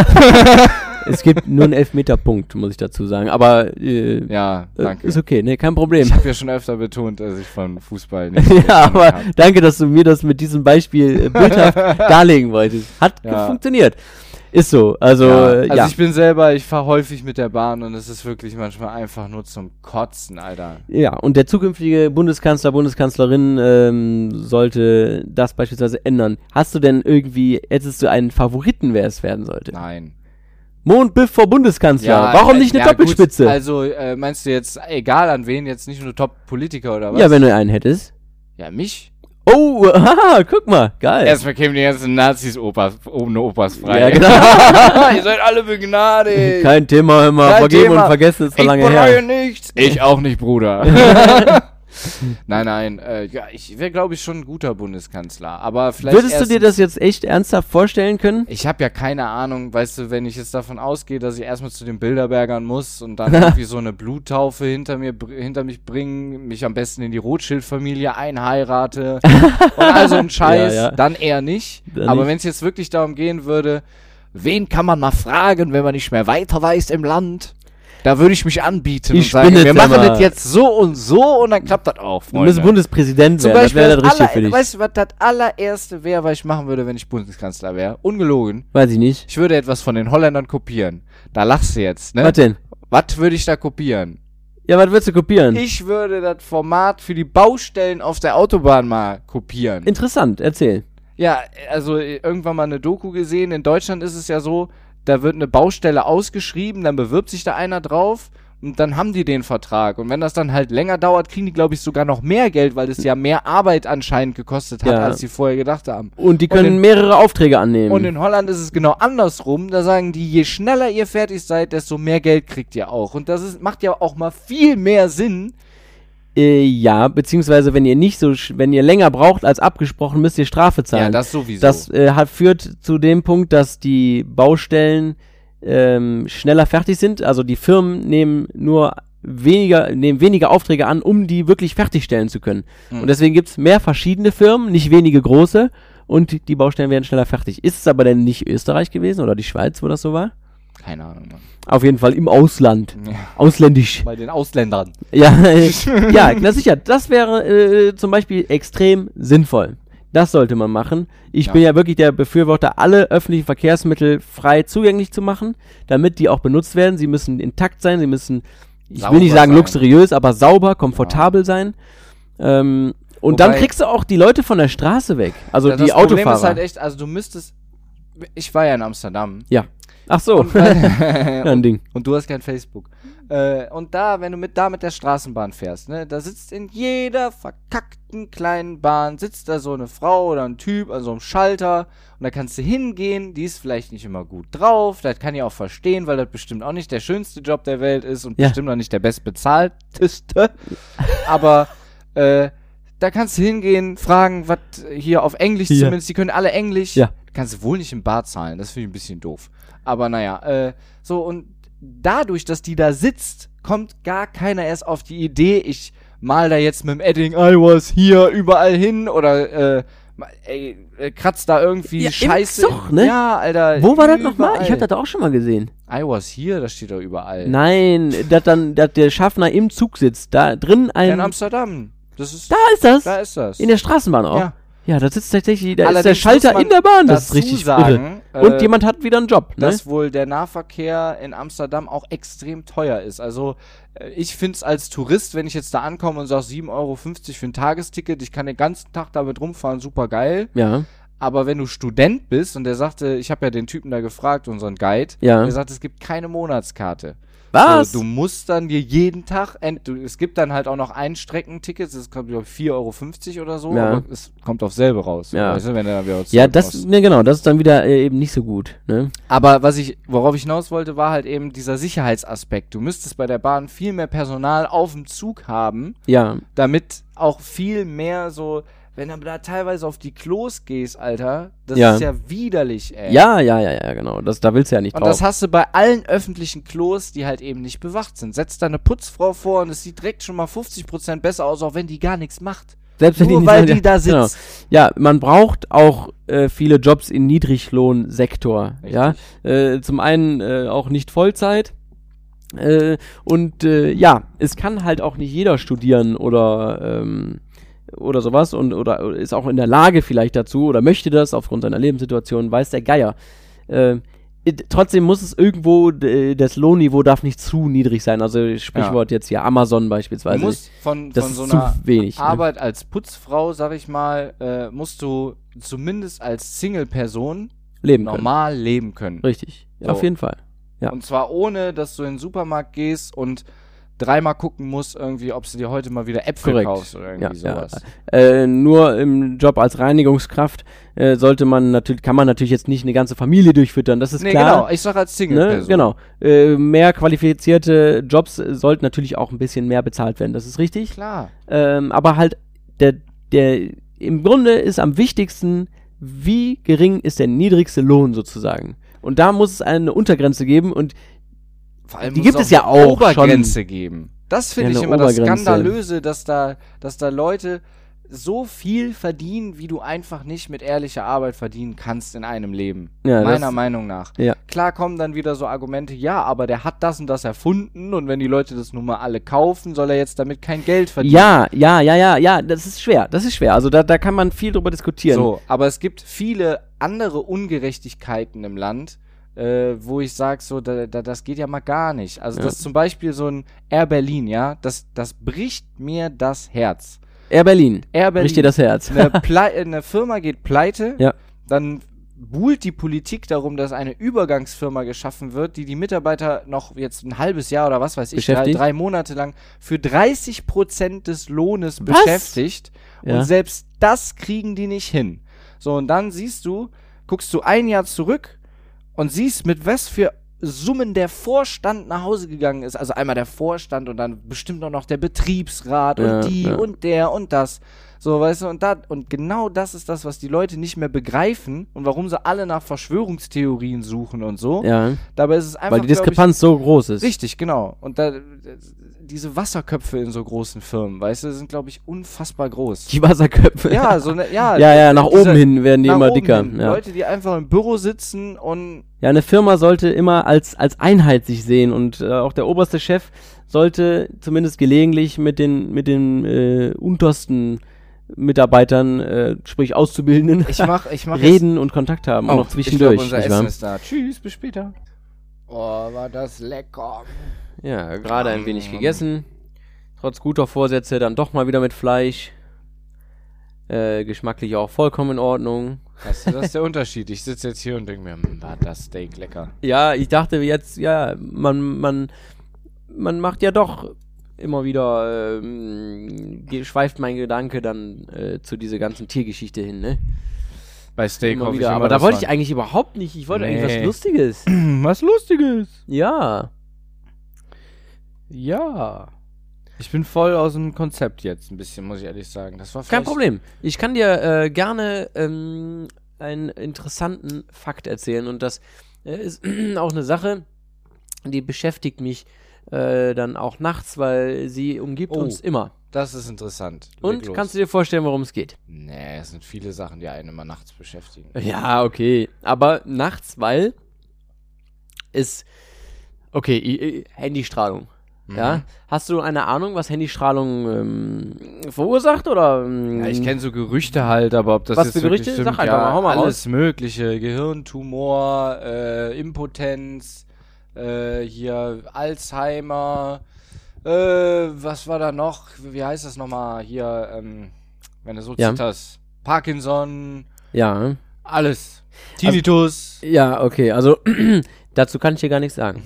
Es gibt nur einen Elfmeterpunkt, muss ich dazu sagen. Aber äh, ja, danke. Äh, ist okay, ne, kein Problem. Ich habe ja schon öfter betont, dass ich von Fußball nicht ja, aber hab. danke, dass du mir das mit diesem Beispiel äh, bildhaft darlegen wolltest. Hat ja. funktioniert. Ist so. Also, ja. äh, also ja. ich bin selber, ich fahre häufig mit der Bahn und es ist wirklich manchmal einfach nur zum Kotzen, Alter. Ja, und der zukünftige Bundeskanzler, Bundeskanzlerin ähm, sollte das beispielsweise ändern. Hast du denn irgendwie, hättest du einen Favoriten, wer es werden sollte? Nein. Mondbiff vor Bundeskanzler. Ja, Warum nicht eine ja, Doppelspitze? Gut, also äh, meinst du jetzt, egal an wen, jetzt nicht nur Top-Politiker oder was? Ja, wenn du einen hättest. Ja, mich? Oh, haha, guck mal, geil. Erstmal kämen die ganzen Nazis Opas, ohne Opas frei. Ja, genau. Ihr seid alle begnadigt. Kein Thema, immer Kein vergeben Thema. und vergessen ist so Ich lange bereue her. nichts. Ich auch nicht, Bruder. Nein, nein, äh, ja, ich wäre, glaube ich, schon ein guter Bundeskanzler, aber vielleicht Würdest du dir das jetzt echt ernsthaft vorstellen können? Ich habe ja keine Ahnung, weißt du, wenn ich jetzt davon ausgehe, dass ich erstmal zu den Bilderbergern muss und dann irgendwie so eine Bluttaufe hinter mir, br- hinter mich bringen, mich am besten in die Rothschild-Familie einheirate und all so ein Scheiß, Ja, ja. dann eher nicht. Dann Aber nicht. wenn es jetzt wirklich darum gehen würde, wen kann man mal fragen, wenn man nicht mehr weiter weiß im Land? Da würde ich mich anbieten Ich und sagen, bin wir jetzt machen aber- das jetzt so und so und dann klappt das auch, Du Freunde. müsstest Bundespräsident Zum werden, das Beispiel wäre das das Richtige aller, für dich. weißt du, was das allererste wäre, was ich machen würde, wenn ich Bundeskanzler wäre? Ungelogen. Weiß ich nicht. Ich würde etwas von den Holländern kopieren. Da lachst du jetzt, ne? Was denn? Was würde ich da kopieren? Ja, was willst du kopieren? Ich würde das Format für die Baustellen auf der Autobahn mal kopieren. Interessant, erzähl. Ja, also äh, irgendwann mal eine Doku gesehen. In Deutschland ist es ja so, da wird eine Baustelle ausgeschrieben, dann bewirbt sich da einer drauf und dann haben die den Vertrag. Und wenn das dann halt länger dauert, kriegen die, glaube ich, sogar noch mehr Geld, weil es ja mehr Arbeit anscheinend gekostet hat, Ja. als sie vorher gedacht haben. Und die Und können in- mehrere Aufträge annehmen. Und in Holland ist es genau andersrum. Da sagen die, je schneller ihr fertig seid, desto mehr Geld kriegt ihr auch. Und das ist, macht ja auch mal viel mehr Sinn. äh, ja, beziehungsweise wenn ihr nicht so, sch- wenn ihr länger braucht als abgesprochen, müsst ihr Strafe zahlen. Ja, das sowieso. Das äh, hat, führt zu dem Punkt, dass die Baustellen ähm, schneller fertig sind. Also die Firmen nehmen nur weniger, nehmen weniger Aufträge an, um die wirklich fertigstellen zu können. Hm. Und deswegen gibt's mehr verschiedene Firmen, nicht wenige große, und die Baustellen werden schneller fertig. Ist es aber denn nicht Österreich gewesen oder die Schweiz, wo das so war? Keine Ahnung, Mann. Auf jeden Fall im Ausland. Ja. Ausländisch. Bei den Ausländern. Ja, äh, ja, na sicher, das wäre äh, zum Beispiel extrem sinnvoll. Das sollte man machen. Ich Ja. bin ja wirklich der Befürworter, alle öffentlichen Verkehrsmittel frei zugänglich zu machen, damit die auch benutzt werden. Sie müssen intakt sein, sie müssen, ich Sauber will nicht sagen sein. luxuriös, aber sauber, komfortabel sein. Ähm, und Wobei- dann kriegst du auch die Leute von der Straße weg. Also Ja, die das Problem Autofahrer. ist halt echt, also du müsstest, ich war ja in Amsterdam. ja. Ach so. Und, ja, ein Ding. und du hast kein Facebook. Äh, und da, wenn du mit da mit der Straßenbahn fährst, ne, da sitzt in jeder verkackten kleinen Bahn, sitzt da so eine Frau oder ein Typ an so einem Schalter und da kannst du hingehen, die ist vielleicht nicht immer gut drauf, das kann ich auch verstehen, weil das bestimmt auch nicht der schönste Job der Welt ist und Ja. bestimmt auch nicht der bestbezahlteste, aber äh, da kannst du hingehen, fragen, was hier auf Englisch Hier. zumindest, die können alle Englisch. Ja. Kannst du wohl nicht im Bar zahlen, das finde ich ein bisschen doof. Aber naja, äh, so und dadurch, dass die da sitzt, kommt gar keiner erst auf die Idee, ich mal da jetzt mit dem Edding, I was hier überall hin oder äh, ma- ey, äh, kratzt da irgendwie Ja, im Scheiße. Zug, ne? Ja, Alter. Wo war das nochmal? überall. Ich hab das auch schon mal gesehen. I was here, das steht doch überall. Nein, dass dann dass der Schaffner im Zug sitzt, da drin ein... In Amsterdam. Das ist, Da ist das. da ist das. In der Straßenbahn auch. Ja. Ja, da sitzt tatsächlich, da Allerdings ist der Schalter muss man in der Bahn, das ist dazu richtig sagen, irre. Und äh, jemand hat wieder einen Job, ne? dass wohl der Nahverkehr in Amsterdam auch extrem teuer ist. Also äh, ich find's als Tourist, wenn ich jetzt da ankomme und sage sieben Euro fünfzig für ein Tagesticket, ich kann den ganzen Tag damit rumfahren, super geil. Ja, Aber wenn du Student bist, und der sagte, ich habe ja den Typen da gefragt, unseren Guide, ja. der sagt, es gibt keine Monatskarte. Was? So, du musst dann dir jeden Tag, ent du, es gibt dann halt auch noch Einstreckentickets, das kommt glaube ich vier Euro fünfzig oder so, Ja. aber es kommt auf selbe raus. Ja. Weißt du, wenn du dann wieder ja, zurück das, musst. ne, genau, das ist dann wieder äh, eben nicht so gut, ne? Aber was ich, worauf ich hinaus wollte, war halt eben dieser Sicherheitsaspekt. Du müsstest bei der Bahn viel mehr Personal auf dem Zug haben, Ja, damit auch viel mehr so, wenn du da teilweise auf die Klos gehst, Alter, das Ja. ist ja widerlich, ey. Ja, ja, ja, ja, genau. Das, da willst du ja nicht Und drauf. das hast du bei allen öffentlichen Klos, die halt eben nicht bewacht sind. Setzt da eine Putzfrau vor und es sieht direkt schon mal fünfzig Prozent besser aus, auch wenn die gar nichts macht. Selbst wenn Nur nicht weil sagen, die da genau. sitzt. Ja, man braucht auch äh, viele Jobs im Niedriglohnsektor. Ja, äh, zum einen äh, auch nicht Vollzeit. Äh, und äh, ja, es kann halt auch nicht jeder studieren oder ähm, oder sowas und oder ist auch in der Lage vielleicht dazu oder möchte das aufgrund seiner Lebenssituation, weiß der Geier. Äh, it- trotzdem muss es irgendwo, d- das Lohnniveau darf nicht zu niedrig sein. Also Sprichwort jetzt hier Amazon beispielsweise. Du musst von, das von ist so zu einer wenig. Ne? Arbeit als Putzfrau, sag ich mal, äh, musst du zumindest als Single-Person Leben können. normal leben können. Richtig, So. auf jeden Fall. Ja. Und zwar ohne, dass du in den Supermarkt gehst und dreimal gucken musst, irgendwie, ob du dir heute mal wieder Äpfel Korrekt. kaufst oder irgendwie Ja, sowas. ja. Äh, nur im Job als Reinigungskraft äh, sollte man natürlich, kann man natürlich jetzt nicht eine ganze Familie durchfüttern, das ist Nee, klar. genau, ich sag als Ne? Single-Person. Genau. Äh, mehr qualifizierte Jobs äh, sollten natürlich auch ein bisschen mehr bezahlt werden, das ist richtig. Klar. Ähm, aber halt, der, der, im Grunde ist am wichtigsten, wie gering ist der niedrigste Lohn sozusagen. Und da muss es eine Untergrenze geben und Vor allem Die muss gibt es es ja eine auch Obergrenze geben. Das finde Ja, ich eine immer das Obergrenze. Skandalöse, dass da, dass da Leute so viel verdienen, wie du einfach nicht mit ehrlicher Arbeit verdienen kannst in einem Leben. Ja, meiner das- Meinung nach. Ja. Klar kommen dann wieder so Argumente, ja, aber der hat das und das erfunden und wenn die Leute das nun mal alle kaufen, soll er jetzt damit kein Geld verdienen. Ja, ja, ja, ja, ja, das ist schwer, das ist schwer. Also da, da kann man viel drüber diskutieren. So, aber es gibt viele andere Ungerechtigkeiten im Land, äh, wo ich sage, so, da, da, das geht ja mal gar nicht. Also, Ja. das zum Beispiel so ein Air Berlin, ja, das, das bricht mir das Herz. Air Berlin, Air Berlin. bricht dir das Herz. Eine, Plei- eine Firma geht pleite, Ja. dann buhlt die Politik darum, dass eine Übergangsfirma geschaffen wird, die die Mitarbeiter noch jetzt ein halbes Jahr oder was weiß ich, drei, Beschäftigt? drei Monate lang für dreißig Prozent des Lohnes Was? beschäftigt. Ja. Und selbst das kriegen die nicht hin. So, und dann siehst du, guckst du ein Jahr zurück und siehst, mit was für Summen der Vorstand nach Hause gegangen ist. Also einmal der Vorstand und dann bestimmt auch noch der Betriebsrat Ja, und die ja. und der und das. So, weißt du, und da, und genau das ist das, was die Leute nicht mehr begreifen und warum sie alle nach Verschwörungstheorien suchen und so. Ja, Dabei ist es einfach, weil die glaub ich, Diskrepanz so groß ist. richtig, genau. Und da, diese Wasserköpfe in so großen Firmen, weißt du, sind, glaube ich, unfassbar groß. Die Wasserköpfe. Ja, so ne, ja. ja, ja, nach diese- oben hin werden die nach immer oben dicker. hin. Ja. Leute, die einfach im Büro sitzen und ja, eine Firma sollte immer als, als Einheit sich sehen und äh, auch der oberste Chef sollte zumindest gelegentlich mit den, mit den äh, untersten Mitarbeitern, äh, sprich Auszubildenden, ich mach, ich mach reden und Kontakt haben. und Oh, auch zwischendurch. Ich glaub, unser nicht wahr? Essen ist da. Tschüss, bis später. Oh, war das lecker. Ja, gerade ein wenig gegessen. Trotz guter Vorsätze dann doch mal wieder mit Fleisch. Äh, geschmacklich auch vollkommen in Ordnung. Weißt du, das ist der Unterschied. Ich sitze jetzt hier und denke mir, hm, war das Steak lecker. Ja, ich dachte jetzt, ja, man, man, man macht ja doch immer wieder, ähm, ge- schweift mein Gedanke dann äh, zu dieser ganzen Tiergeschichte hin, ne? Bei Steak Immer hoffe wieder. ich immer, Aber da das wollte ich war- eigentlich überhaupt nicht. Ich wollte eigentlich Nee. was Lustiges. Was Lustiges. Ja. Ja. Ich bin voll aus dem Konzept jetzt ein bisschen, muss ich ehrlich sagen. Das war Kein vielleicht- Problem. Ich kann dir äh, gerne ähm, einen interessanten Fakt erzählen und das äh, ist auch eine Sache, die beschäftigt mich äh, dann auch nachts, weil sie umgibt Oh. uns immer. Das ist interessant. Leg Und los. kannst du dir vorstellen, worum es geht? Nee, es sind viele Sachen, die einen immer nachts beschäftigen. Ja, okay. Aber nachts, weil es okay, i- i- Handystrahlung. Mhm. Ja, hast du eine Ahnung, was Handystrahlung ähm, verursacht oder? Ähm, Ja, ich kenne so Gerüchte halt, aber ob das Was jetzt für Gerüchte? wirklich stimmt, Sag einfach ja, mal, hau mal alles mögliche, Gehirntumor, äh, Impotenz, äh, hier Alzheimer, äh, was war da noch? Wie heißt das nochmal? Hier, ähm, wenn du so Ja. zitterst, Parkinson, Ja, alles, Tinnitus. ja, okay. Also dazu kann ich dir gar nichts sagen.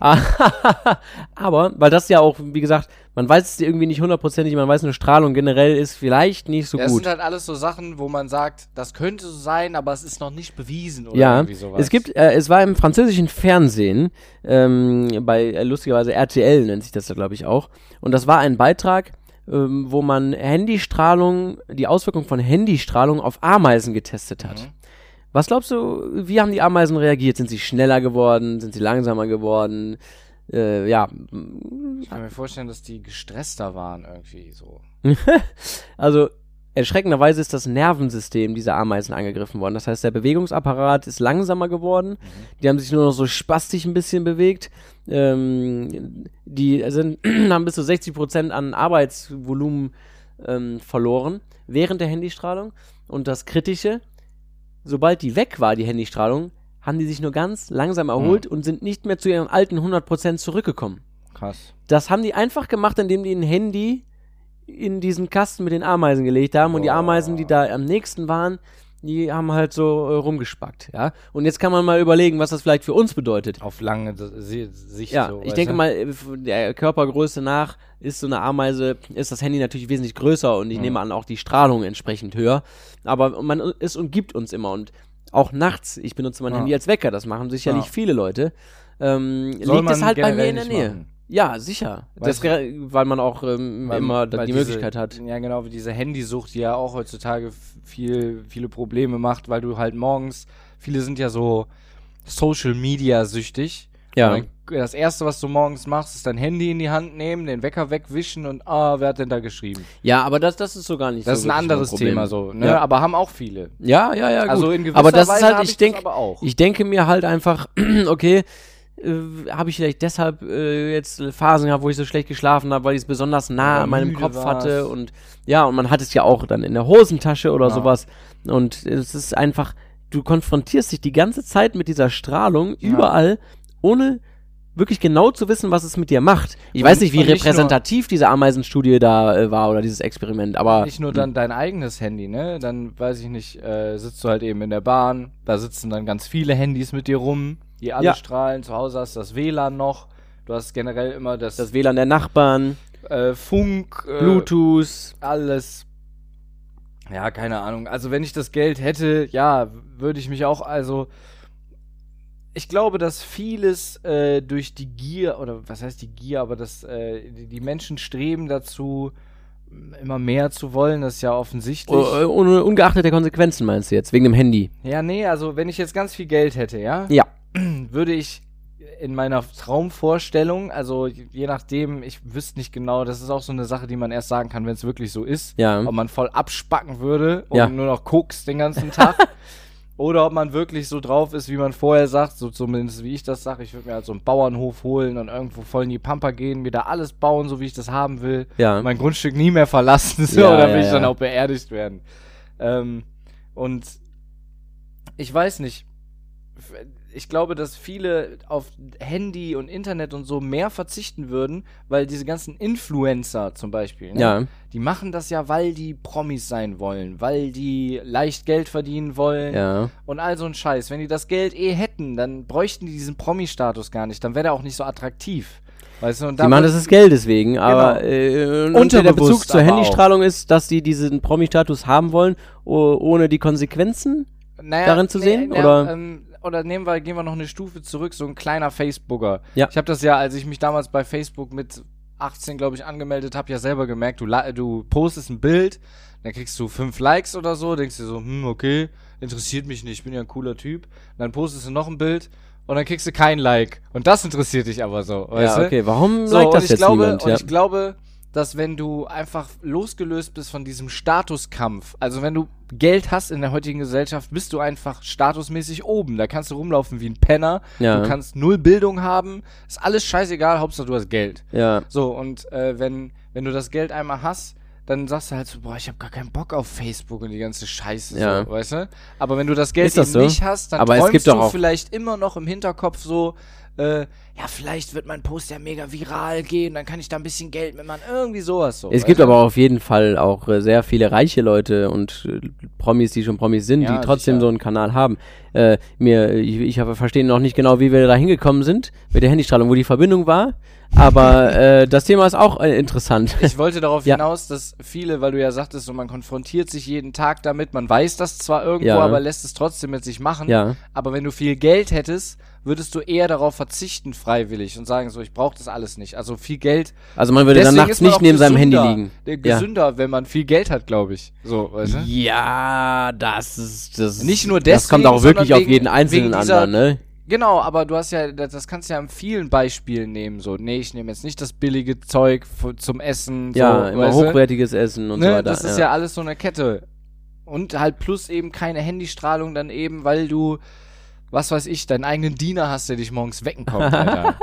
Aber weil das ja auch, wie gesagt, man weiß es irgendwie nicht hundertprozentig, man weiß nur, Strahlung generell ist vielleicht nicht so Das gut. sind halt alles so Sachen, wo man sagt, das könnte so sein, aber es ist noch nicht bewiesen oder Ja, irgendwie sowas. es gibt, äh, es war im französischen Fernsehen, ähm, bei äh, lustigerweise R T L nennt sich das da, glaube ich, auch. Und das war ein Beitrag, ähm, wo man Handystrahlung, die Auswirkung von Handystrahlung auf Ameisen getestet hat. Mhm. Was glaubst du, wie haben die Ameisen reagiert? Sind sie schneller geworden? Sind sie langsamer geworden? Äh, ja. Ich kann mir vorstellen, dass die gestresster waren irgendwie so. Also, erschreckenderweise ist das Nervensystem dieser Ameisen angegriffen worden. Das heißt, der Bewegungsapparat ist langsamer geworden. Mhm. Die haben sich nur noch so spastisch ein bisschen bewegt. Ähm, die sind, haben bis zu sechzig Prozent an Arbeitsvolumen ähm, verloren während der Handystrahlung. Und das Kritische, sobald die weg war, die Handystrahlung, haben die sich nur ganz langsam erholt mhm. und sind nicht mehr zu ihren alten hundert Prozent zurückgekommen. Krass. Das haben die einfach gemacht, indem die ein Handy in diesen Kasten mit den Ameisen gelegt haben. Boah. Und die Ameisen, die da am nächsten waren, die haben halt so äh, rumgespackt, ja. Und jetzt kann man mal überlegen, was das vielleicht für uns bedeutet. Auf lange Sicht. Ja, so, ich denke du? mal, der Körpergröße nach ist so eine Ameise, ist das Handy natürlich wesentlich größer und ich mhm. nehme an, auch die Strahlung entsprechend höher. Aber man ist und gibt uns immer und auch nachts, ich benutze mein ja. Handy als Wecker, das machen sicherlich ja. viele Leute, ähm, liegt es halt bei mir in der Nähe. Machen. Ja, sicher. Das, weil man auch ähm, weil, immer weil die diese, Möglichkeit hat. Ja, genau, wie diese Handysucht, die ja auch heutzutage viel, viele Probleme macht, weil du halt morgens, viele sind ja so Social-Media-süchtig. Ja. Dann, das Erste, was du morgens machst, ist dein Handy in die Hand nehmen, den Wecker wegwischen und, ah, wer hat denn da geschrieben? Ja, aber das, das ist so gar nicht das so. Das ist ein anderes ein Thema so, ne? Ja. Aber haben auch viele. Ja, ja, ja, gut. Also in gewisser aber das Weise ist halt, ich, ich denk, das aber auch. Ich denke mir halt einfach, okay, Äh, habe ich vielleicht deshalb äh, jetzt Phasen gehabt, wo ich so schlecht geschlafen habe, weil ich es besonders nah ja, an meinem Kopf war's. hatte und ja, und man hat es ja auch dann in der Hosentasche oder ja. sowas und es ist einfach, du konfrontierst dich die ganze Zeit mit dieser Strahlung ja. überall, ohne wirklich genau zu wissen, was es mit dir macht. Ich und, weiß nicht, wie nicht repräsentativ diese Ameisenstudie da äh, war oder dieses Experiment, aber... Nicht nur dann dein eigenes Handy, ne? Dann, weiß ich nicht, äh, sitzt du halt eben in der Bahn, da sitzen dann ganz viele Handys mit dir rum, die alle ja. strahlen, zu Hause hast du das W L A N noch, du hast generell immer das... Das W L A N der Nachbarn. Äh, Funk. Äh, Bluetooth. Alles. Ja, keine Ahnung. Also wenn ich das Geld hätte, ja, würde ich mich auch, also... Ich glaube, dass vieles äh, durch die Gier, oder was heißt die Gier, aber dass äh, die, die Menschen streben dazu, immer mehr zu wollen, das ist ja offensichtlich. Uh, un- ungeachtet der Konsequenzen meinst du jetzt, wegen dem Handy? Ja, nee, also wenn ich jetzt ganz viel Geld hätte, ja? Ja. Würde ich in meiner Traumvorstellung, also je nachdem, ich wüsste nicht genau, das ist auch so eine Sache, die man erst sagen kann, wenn es wirklich so ist. Ja. Ob man voll abspacken würde und ja. nur noch guckst den ganzen Tag. Oder ob man wirklich so drauf ist, wie man vorher sagt, so zumindest wie ich das sage, ich würde mir halt so einen Bauernhof holen und irgendwo voll in die Pampa gehen, mir da alles bauen, so wie ich das haben will, ja. mein Grundstück nie mehr verlassen, so, ja, oder will ja, ich ja. dann auch beerdigt werden. Ähm, und ich weiß nicht, ich glaube, dass viele auf Handy und Internet und so mehr verzichten würden, weil diese ganzen Influencer zum Beispiel, ne, ja. die machen das ja, weil die Promis sein wollen, weil die leicht Geld verdienen wollen ja. und all so ein Scheiß. Wenn die das Geld eh hätten, dann bräuchten die diesen Promi-Status gar nicht, dann wäre der auch nicht so attraktiv. Weißt du, und die machen das des Geldes wegen, aber genau. äh, und der Bezug zur Handystrahlung auch. Ist, dass die diesen Promi-Status haben wollen, oh, ohne die Konsequenzen naja, darin zu nee, sehen? naja, oder? Ähm, oder nehmen wir, gehen wir noch eine Stufe zurück, so ein kleiner Facebooker. Ja. Ich habe das ja, als ich mich damals bei Facebook mit achtzehn, glaube ich, angemeldet habe, ja selber gemerkt, du, du postest ein Bild, dann kriegst du fünf Likes oder so, denkst dir so, hm, okay, interessiert mich nicht, ich bin ja ein cooler Typ. Und dann postest du noch ein Bild und dann kriegst du kein Like. Und das interessiert dich aber so, weißt ja, du? okay, warum so, liked das ich jetzt glaube, niemand? Und ja. ich glaube, dass wenn du einfach losgelöst bist von diesem Statuskampf, also wenn du Geld hast in der heutigen Gesellschaft, bist du einfach statusmäßig oben. Da kannst du rumlaufen wie ein Penner, ja. du kannst null Bildung haben, ist alles scheißegal, Hauptsache du hast Geld. Ja. So, und äh, wenn, wenn du das Geld einmal hast, dann sagst du halt so, boah, ich hab gar keinen Bock auf Facebook und die ganze Scheiße, ja. so, weißt du? Aber wenn du das Geld ist das eben so? nicht hast, dann Aber träumst es gibt du doch auch vielleicht immer noch im Hinterkopf so, äh, ja, vielleicht wird mein Post ja mega viral gehen, dann kann ich da ein bisschen Geld mitmachen, irgendwie sowas so. Es gibt du? aber auf jeden Fall auch äh, sehr viele reiche Leute und äh, Promis, die schon Promis sind, Ja, die trotzdem sicher. so einen Kanal haben. Äh, mir, ich, ich habe verstehe noch nicht genau, wie wir da hingekommen sind mit der Handystrahlung, wo die Verbindung war. Aber äh, das Thema ist auch äh, interessant. Ich wollte darauf Ja. hinaus, dass viele, weil du ja sagtest, so man konfrontiert sich jeden Tag damit, man weiß das zwar irgendwo, Ja. aber lässt es trotzdem mit sich machen. Ja. Aber wenn du viel Geld hättest, würdest du eher darauf verzichten, freiwillig, und sagen so, ich brauche das alles nicht. Also viel Geld. Also man würde dann Deswegen nachts ist man nicht auch neben seinem Handy gesünder. liegen. Der Ja. gesünder, wenn man viel Geld hat, glaube ich. So, weißt du? Ja, das ist das Nicht nur Das kommt deswegen, auch wirklich sondern auf jeden wegen- Einzelnen wegen an, dieser- dann, ne? Genau, aber du hast ja, das, das kannst du ja in vielen Beispielen nehmen. So, nee, ich nehme jetzt nicht das billige Zeug f- zum Essen. So, Ja, immer weißt du? hochwertiges Essen und Ne, so weiter. das ist ja. alles so eine Kette. Und halt plus eben keine Handystrahlung dann eben, weil du, was weiß ich, deinen eigenen Diener hast, der dich morgens wecken kommt, Alter.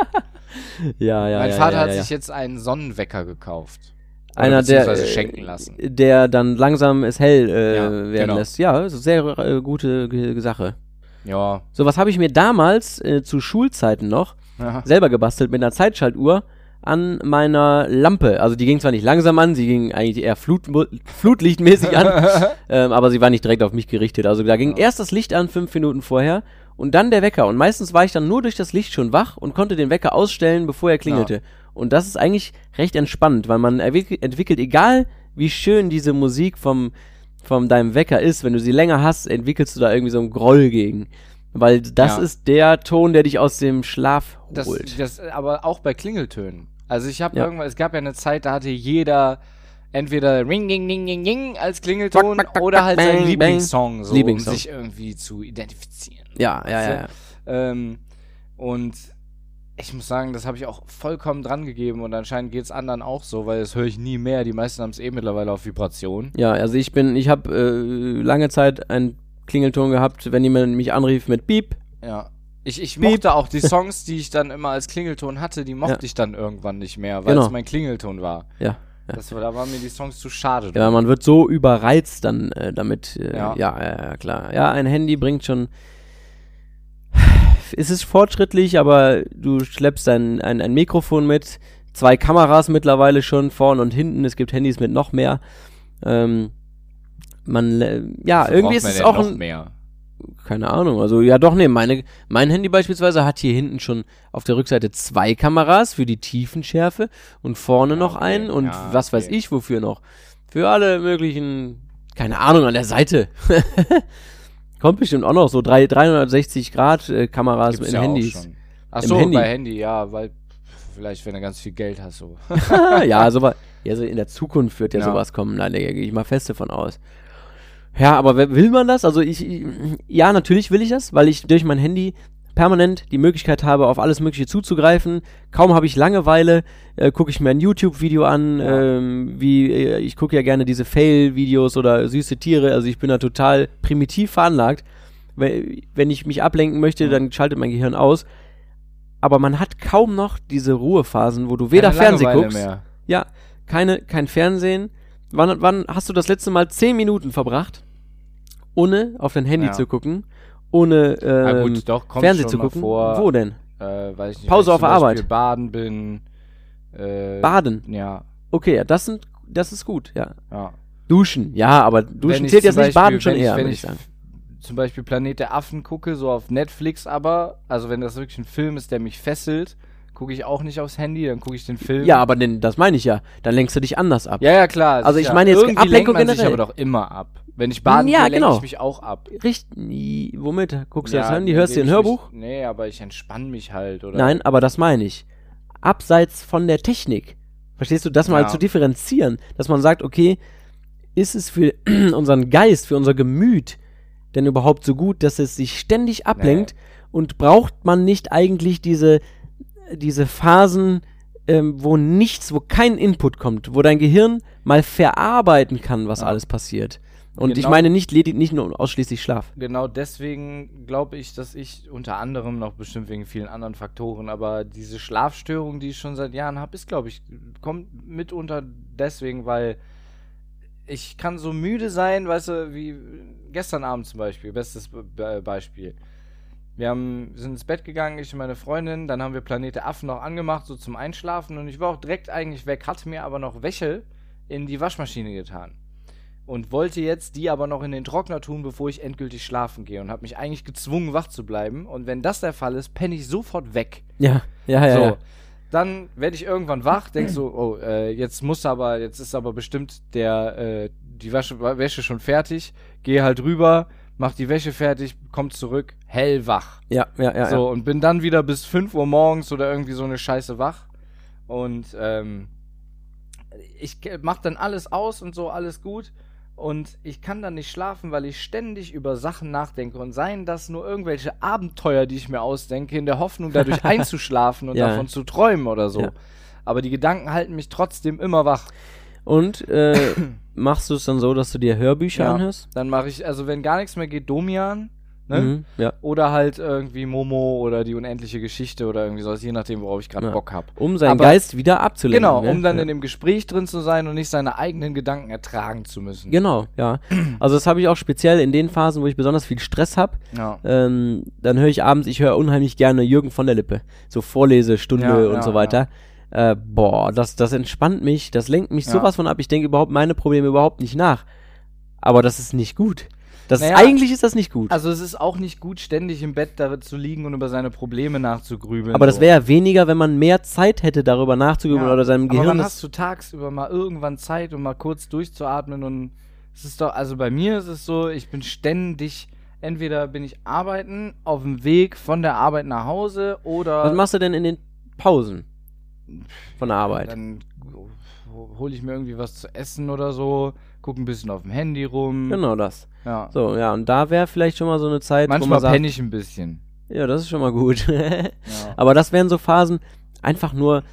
ja, ja, mein ja, Vater ja, hat ja. sich jetzt einen Sonnenwecker gekauft. Oder Einer, der, beziehungsweise äh, schenken lassen. der dann langsam es hell äh, Ja, werden genau. lässt. Ja, also sehr äh, gute G Sache. Ja. So, was habe ich mir damals äh, zu Schulzeiten noch Ja. selber gebastelt mit einer Zeitschaltuhr an meiner Lampe. Also die ging zwar nicht langsam an, sie ging eigentlich eher Flut, flutlichtmäßig an, ähm, aber sie war nicht direkt auf mich gerichtet. Also da ging Ja. erst das Licht an, fünf Minuten vorher, und dann der Wecker. Und meistens war ich dann nur durch das Licht schon wach und konnte den Wecker ausstellen, bevor er klingelte. Und das ist eigentlich recht entspannt, weil man entwickelt, entwickelt, egal wie schön diese Musik vom, vom deinem Wecker ist, wenn du sie länger hast, entwickelst du da irgendwie so einen Groll gegen. Weil das Ja. ist der Ton, der dich aus dem Schlaf Das, holt. das, aber auch bei Klingeltönen. Also ich habe Ja. irgendwann, es gab ja eine Zeit, da hatte jeder entweder Ring, Ding, Ding, Ding, Ding als Klingelton Back, back, back, oder halt bang, seinen bang. Lieblingssong, so, Lieblingssong. um sich irgendwie zu identifizieren. Ja, ja, Weißt ja, du? ja. Ähm, und ich muss sagen, das habe ich auch vollkommen dran gegeben, und anscheinend geht es anderen auch so, weil das höre ich nie mehr. Die meisten haben es eh mittlerweile auf Vibration. Ja, also ich bin, ich habe äh, lange Zeit einen Klingelton gehabt, wenn jemand mich anrief mit Piep. Ja. Ich, ich Piep. mochte auch die Songs, die ich dann immer als Klingelton hatte, die mochte Ja. ich dann irgendwann nicht mehr, weil Genau. es mein Klingelton war. Ja. Ja. Das, war- da waren mir die Songs zu schade. Ja, man wird so überreizt dann äh, damit. Äh, ja. Ja. Ja, ja, ja, klar. Ja, ein Handy bringt schon. Es ist fortschrittlich, aber du schleppst ein, ein, ein Mikrofon mit, zwei Kameras mittlerweile schon, vorn und hinten. Es gibt Handys mit noch mehr. Ähm, man, äh, ja, Wofür irgendwie braucht ist man es denn auch noch ein, mehr. keine Ahnung, also ja doch, nee, meine, mein Handy beispielsweise hat hier hinten schon auf der Rückseite zwei Kameras für die Tiefenschärfe und vorne Ja, noch okay, einen und ja, was weiß okay. ich wofür noch. Für alle möglichen, keine Ahnung, an der Seite. Kommt bestimmt auch noch so drei, dreihundertsechzig Grad äh, Kameras Gibt's in ja auch Handys. schon. Ach Im so, Handy. bei Handy, ja, weil vielleicht, wenn du ganz viel Geld hast, so. ja, sowas, ja, so in der Zukunft wird ja, Ja. sowas kommen, da gehe ich mal fest davon aus. Ja, aber wer- will man das? Also ich, ich, ja, natürlich will ich das, weil ich durch mein Handy permanent die Möglichkeit habe, auf alles Mögliche zuzugreifen. Kaum habe ich Langeweile, äh, gucke ich mir ein YouTube-Video an, Ja. ähm, wie, äh, ich gucke ja gerne diese Fail-Videos oder süße Tiere, also ich bin da total primitiv veranlagt. Wenn, wenn ich mich ablenken möchte, Mhm. dann schaltet mein Gehirn aus. Aber man hat kaum noch diese Ruhephasen, wo du weder Keine Fernsehen Langeweile guckst, mehr. ja, keine, kein Fernsehen. Wann, wann hast du das letzte Mal zehn Minuten verbracht, ohne auf dein Handy Ja. zu gucken, ohne Na ähm, gut, doch, kommt Fernsehen schon zu mal gucken? vor. Wo denn? Äh, weiß ich nicht, Pause wenn ich auf zum der Beispiel Arbeit. baden bin. Äh, Baden. Ja, Okay, ja, das sind, das ist gut, ja. ja. Duschen, ja, aber Duschen Wenn ich zählt jetzt zum nicht, Baden Beispiel- schon wenn ich, eher, wenn würde ich ich sagen. zum Beispiel Planet der Affen gucke, so auf Netflix aber, also wenn das wirklich ein Film ist, der mich fesselt, gucke ich auch nicht aufs Handy, dann gucke ich den Film. Ja, aber denn, das meine ich ja. Dann lenkst du dich anders ab. Ja, ja, klar. Also ich sicher. meine jetzt Irgendwie Ablenkung lenkt man sich generell. aber doch immer ab. Wenn ich baden Ja, gehe, lenke genau. ich mich auch ab. Richtig, womit? Guckst du Ja, das Handy, hörst du ein indem ich Hörbuch? Mich, nee, aber ich entspanne mich halt, oder? Nein, aber das meine ich. Abseits von der Technik. Verstehst du, das mal Ja. zu differenzieren, dass man sagt, okay, ist es für unseren Geist, für unser Gemüt denn überhaupt so gut, dass es sich ständig ablenkt, und braucht man nicht eigentlich diese, diese Phasen, ähm, wo nichts, wo kein Input kommt, wo dein Gehirn mal verarbeiten kann, was Ja. alles passiert. Und ich Genau. meine nicht, ledig- nicht nur ausschließlich Schlaf. Genau deswegen glaube ich, dass ich unter anderem noch bestimmt wegen vielen anderen Faktoren, aber diese Schlafstörung, die ich schon seit Jahren habe, ist, glaube ich, kommt mitunter deswegen, weil ich kann so müde sein, weißt du, wie gestern Abend zum Beispiel, bestes Be Beispiel. Wir haben, sind ins Bett gegangen, ich und meine Freundin, dann haben wir Planet der Affen noch angemacht, so zum Einschlafen, und ich war auch direkt eigentlich weg, hatte mir aber noch Wäsche in die Waschmaschine getan. und wollte jetzt die aber noch in den Trockner tun, bevor ich endgültig schlafen gehe und habe mich eigentlich gezwungen, wach zu bleiben. Und wenn das der Fall ist, penne ich sofort weg. Ja, ja, ja. So, ja. dann werde ich irgendwann wach, denk so, oh, äh, jetzt muss aber, jetzt ist aber bestimmt der, äh, die Wäsche, Wäsche schon fertig, gehe halt rüber, mach die Wäsche fertig, komm zurück, hellwach. Ja, ja, ja. So, ja. und bin dann wieder bis fünf Uhr morgens oder irgendwie so eine Scheiße wach. Und ähm, ich mach dann alles aus und so, alles gut. Und ich kann dann nicht schlafen, weil ich ständig über Sachen nachdenke. Und seien das nur irgendwelche Abenteuer, die ich mir ausdenke, in der Hoffnung, dadurch einzuschlafen und Ja. davon zu träumen oder so. Ja. Aber die Gedanken halten mich trotzdem immer wach. Und äh, machst du es dann so, dass du dir Hörbücher Ja. anhörst? Dann mache ich, also wenn gar nichts mehr geht, Domian. Ne? Mhm, ja. Oder halt irgendwie Momo oder die unendliche Geschichte oder irgendwie sowas, je nachdem, worauf ich gerade Ja. Bock habe. Um seinen Aber- Geist wieder abzulenken. Genau, ne? um dann ja. in dem Gespräch drin zu sein und nicht seine eigenen Gedanken ertragen zu müssen. Genau, ja. Also das habe ich auch speziell in den Phasen, wo ich besonders viel Stress habe. Ja. Ähm, dann höre ich abends, ich höre unheimlich gerne Jürgen von der Lippe. So Vorlesestunde Ja, und ja, so weiter. Äh, boah, das, das entspannt mich, das lenkt mich Ja. sowas von ab. Ich denke überhaupt meine Probleme überhaupt nicht nach. Aber das ist nicht gut. Das Naja, ist, eigentlich ist das nicht gut. Also es ist auch nicht gut, ständig im Bett da zu liegen und über seine Probleme nachzugrübeln. aber das so. wäre ja weniger, wenn man mehr Zeit hätte, darüber nachzugrübeln Ja. oder seinem Aber Gehirn wann das. hast du tagsüber mal irgendwann Zeit, um mal kurz durchzuatmen und es ist doch, also bei mir ist es so, ich bin ständig, entweder bin ich arbeiten, auf dem Weg von der Arbeit nach Hause oder Was machst du denn in den Pausen von der Arbeit? dann hole ich mir irgendwie was zu essen oder so, gucke ein bisschen auf dem Handy rum. Genau das. Ja. So, ja, und da wäre vielleicht schon mal so eine Zeit, wo Manchmal man sagt, penne ich ein bisschen. ja, das ist schon mal gut. Ja. Aber das wären so Phasen, einfach nur,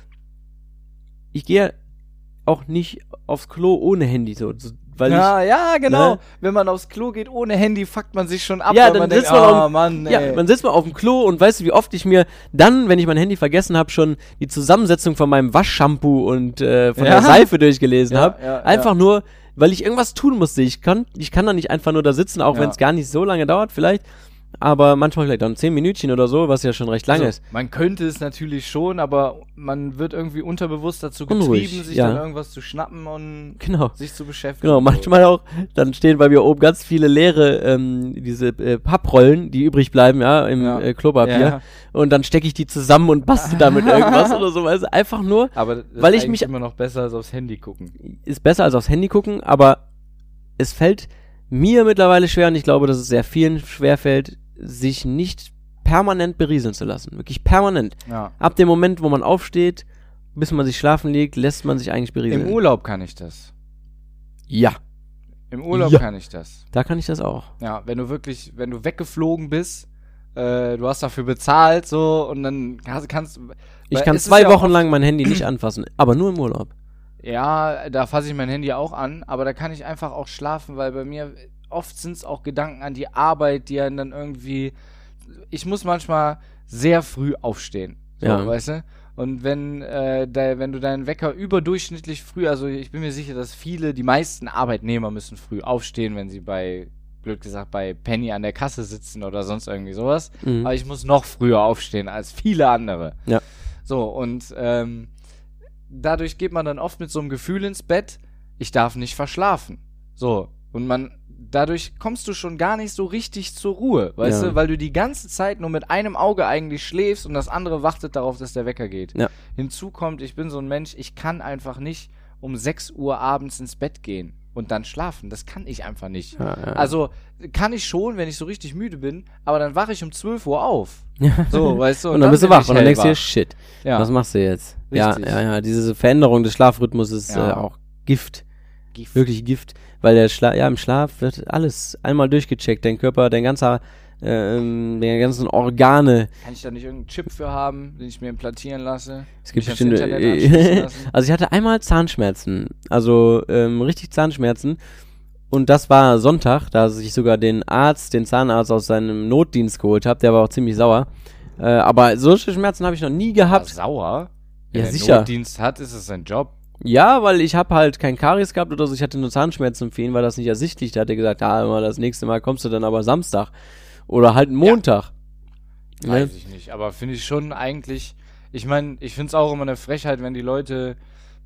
ich gehe auch nicht aufs Klo ohne Handy, so, so weil ja, ja, genau. ne? Wenn man aufs Klo geht ohne Handy, fuckt man sich schon ab. Ja, weil dann man sitzt denkt, man oh auf- Mann, ich, ja, ey. man sitzt mal auf dem Klo und weißt du, wie oft ich mir dann, wenn ich mein Handy vergessen habe, schon die Zusammensetzung von meinem Waschshampoo und äh, von Ja. der Seife durchgelesen Ja, habe. ja, Einfach ja. nur, weil ich irgendwas tun musste. Ich kann, ich kann da nicht einfach nur da sitzen, auch Ja. wenn es gar nicht so lange dauert, vielleicht. Aber manchmal vielleicht dann zehn Minütchen oder so, was ja schon recht lange Also, ist. man könnte es natürlich schon, aber man wird irgendwie unterbewusst dazu getrieben, Unruhig, sich ja. dann irgendwas zu schnappen und Genau. sich zu beschäftigen. Genau, manchmal auch, dann stehen bei mir oben ganz viele leere, ähm, diese äh, Papprollen, die übrig bleiben, ja, im Ja. Äh, Klopapier. Ja. Und dann stecke ich die zusammen und bastel damit irgendwas oder so. Also einfach nur, Aber das Weil ist ich mich- eigentlich immer noch besser als aufs Handy gucken. ist besser als aufs Handy gucken, aber es fällt mir mittlerweile schwer und ich glaube, dass es sehr vielen schwer fällt, sich nicht permanent berieseln zu lassen. Wirklich permanent. Ja. Ab dem Moment, wo man aufsteht, bis man sich schlafen legt, lässt man sich eigentlich berieseln. Im Urlaub kann ich das. Ja, Im Urlaub Ja. kann ich das. da kann ich das auch. Ja, wenn du wirklich, wenn du weggeflogen bist, äh, du hast dafür bezahlt, so, und dann kannst, kannst Ich weil kann es ist zwei ja Wochen oft- lang mein Handy nicht anfassen, aber nur im Urlaub. Ja, da fasse ich mein Handy auch an, aber da kann ich einfach auch schlafen, weil bei mir oft sind es auch Gedanken an die Arbeit, die einen dann irgendwie. Ich muss manchmal sehr früh aufstehen. So, Ja. weißt du? Und wenn, äh, da, wenn du deinen Wecker überdurchschnittlich früh, also ich bin mir sicher, dass viele, die meisten Arbeitnehmer müssen früh aufstehen, wenn sie bei, blöd gesagt, bei Penny an der Kasse sitzen oder sonst irgendwie sowas. Mhm. Aber ich muss noch früher aufstehen als viele andere. Ja. So, und ähm, dadurch geht man dann oft mit so einem Gefühl ins Bett, ich darf nicht verschlafen. So, und man, dadurch kommst du schon gar nicht so richtig zur Ruhe, weißt Ja. du, weil du die ganze Zeit nur mit einem Auge eigentlich schläfst und das andere wartet darauf, dass der Wecker geht. Ja. Hinzu kommt, ich bin so ein Mensch, ich kann einfach nicht um sechs Uhr abends ins Bett gehen und dann schlafen. Das kann ich einfach nicht. Ja, ja. Also kann ich schon, wenn ich so richtig müde bin, aber dann wache ich um zwölf Uhr auf. Ja. So, weißt du, und, dann bist du bin wach ich und dann denkst du dir, hellwach. shit, Ja. was machst du jetzt? Richtig. Ja, ja, ja, diese Veränderung des Schlafrhythmus ist Ja. äh, auch Gift, Gift. wirklich Gift, weil der Schla ja, im Schlaf wird alles einmal durchgecheckt, dein Körper, dein ganzer, ähm, deine ganzen Organe. Kann ich da nicht irgendeinen Chip für haben, den ich mir implantieren lasse? Es gibt Mich ans bestimmt, Internet anschließen äh, lassen? also ich hatte einmal Zahnschmerzen, also ähm, richtig Zahnschmerzen. Und das war Sonntag, da ich sogar den Arzt, den Zahnarzt aus seinem Notdienst geholt habe, der war auch ziemlich sauer. Äh, aber solche Schmerzen habe ich noch nie Aber gehabt. sauer? Wenn Ja, er sicher. Notdienst hat, ist es sein Job. Ja, weil ich habe halt kein Karies gehabt oder so, ich hatte nur Zahnschmerzen für ihn, war das nicht ersichtlich. Da hat er gesagt, ah, immer das nächste Mal kommst du dann aber Samstag. Oder halt Montag. Ne? Weiß ich nicht, aber finde ich schon eigentlich, ich meine, ich finde es auch immer eine Frechheit, wenn die Leute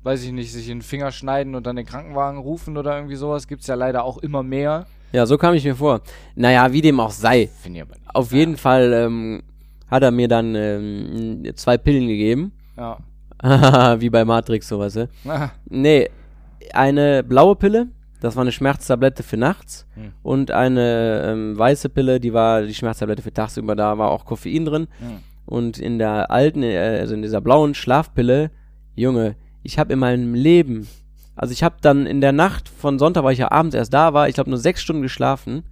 weiß ich nicht, sich in den Finger schneiden und dann den Krankenwagen rufen oder irgendwie sowas, gibt's ja leider auch immer mehr. Ja, so kam ich mir vor. Naja, wie dem auch sei. Finde ich aber nicht. Auf ja. jeden Fall ähm, hat er mir dann ähm, zwei Pillen gegeben. Ja. Wie bei Matrix sowas, ja. Ah. Nee, eine blaue Pille, das war eine Schmerztablette für nachts. Hm. Und eine ähm, weiße Pille, die war die Schmerztablette für tagsüber, da war auch Koffein drin. Hm. Und in der alten, äh, also in dieser blauen Schlafpille, Junge, ich habe in meinem Leben, also ich habe dann in der Nacht von Sonntag, weil ich ja abends erst da war, ich glaube nur sechs Stunden geschlafen,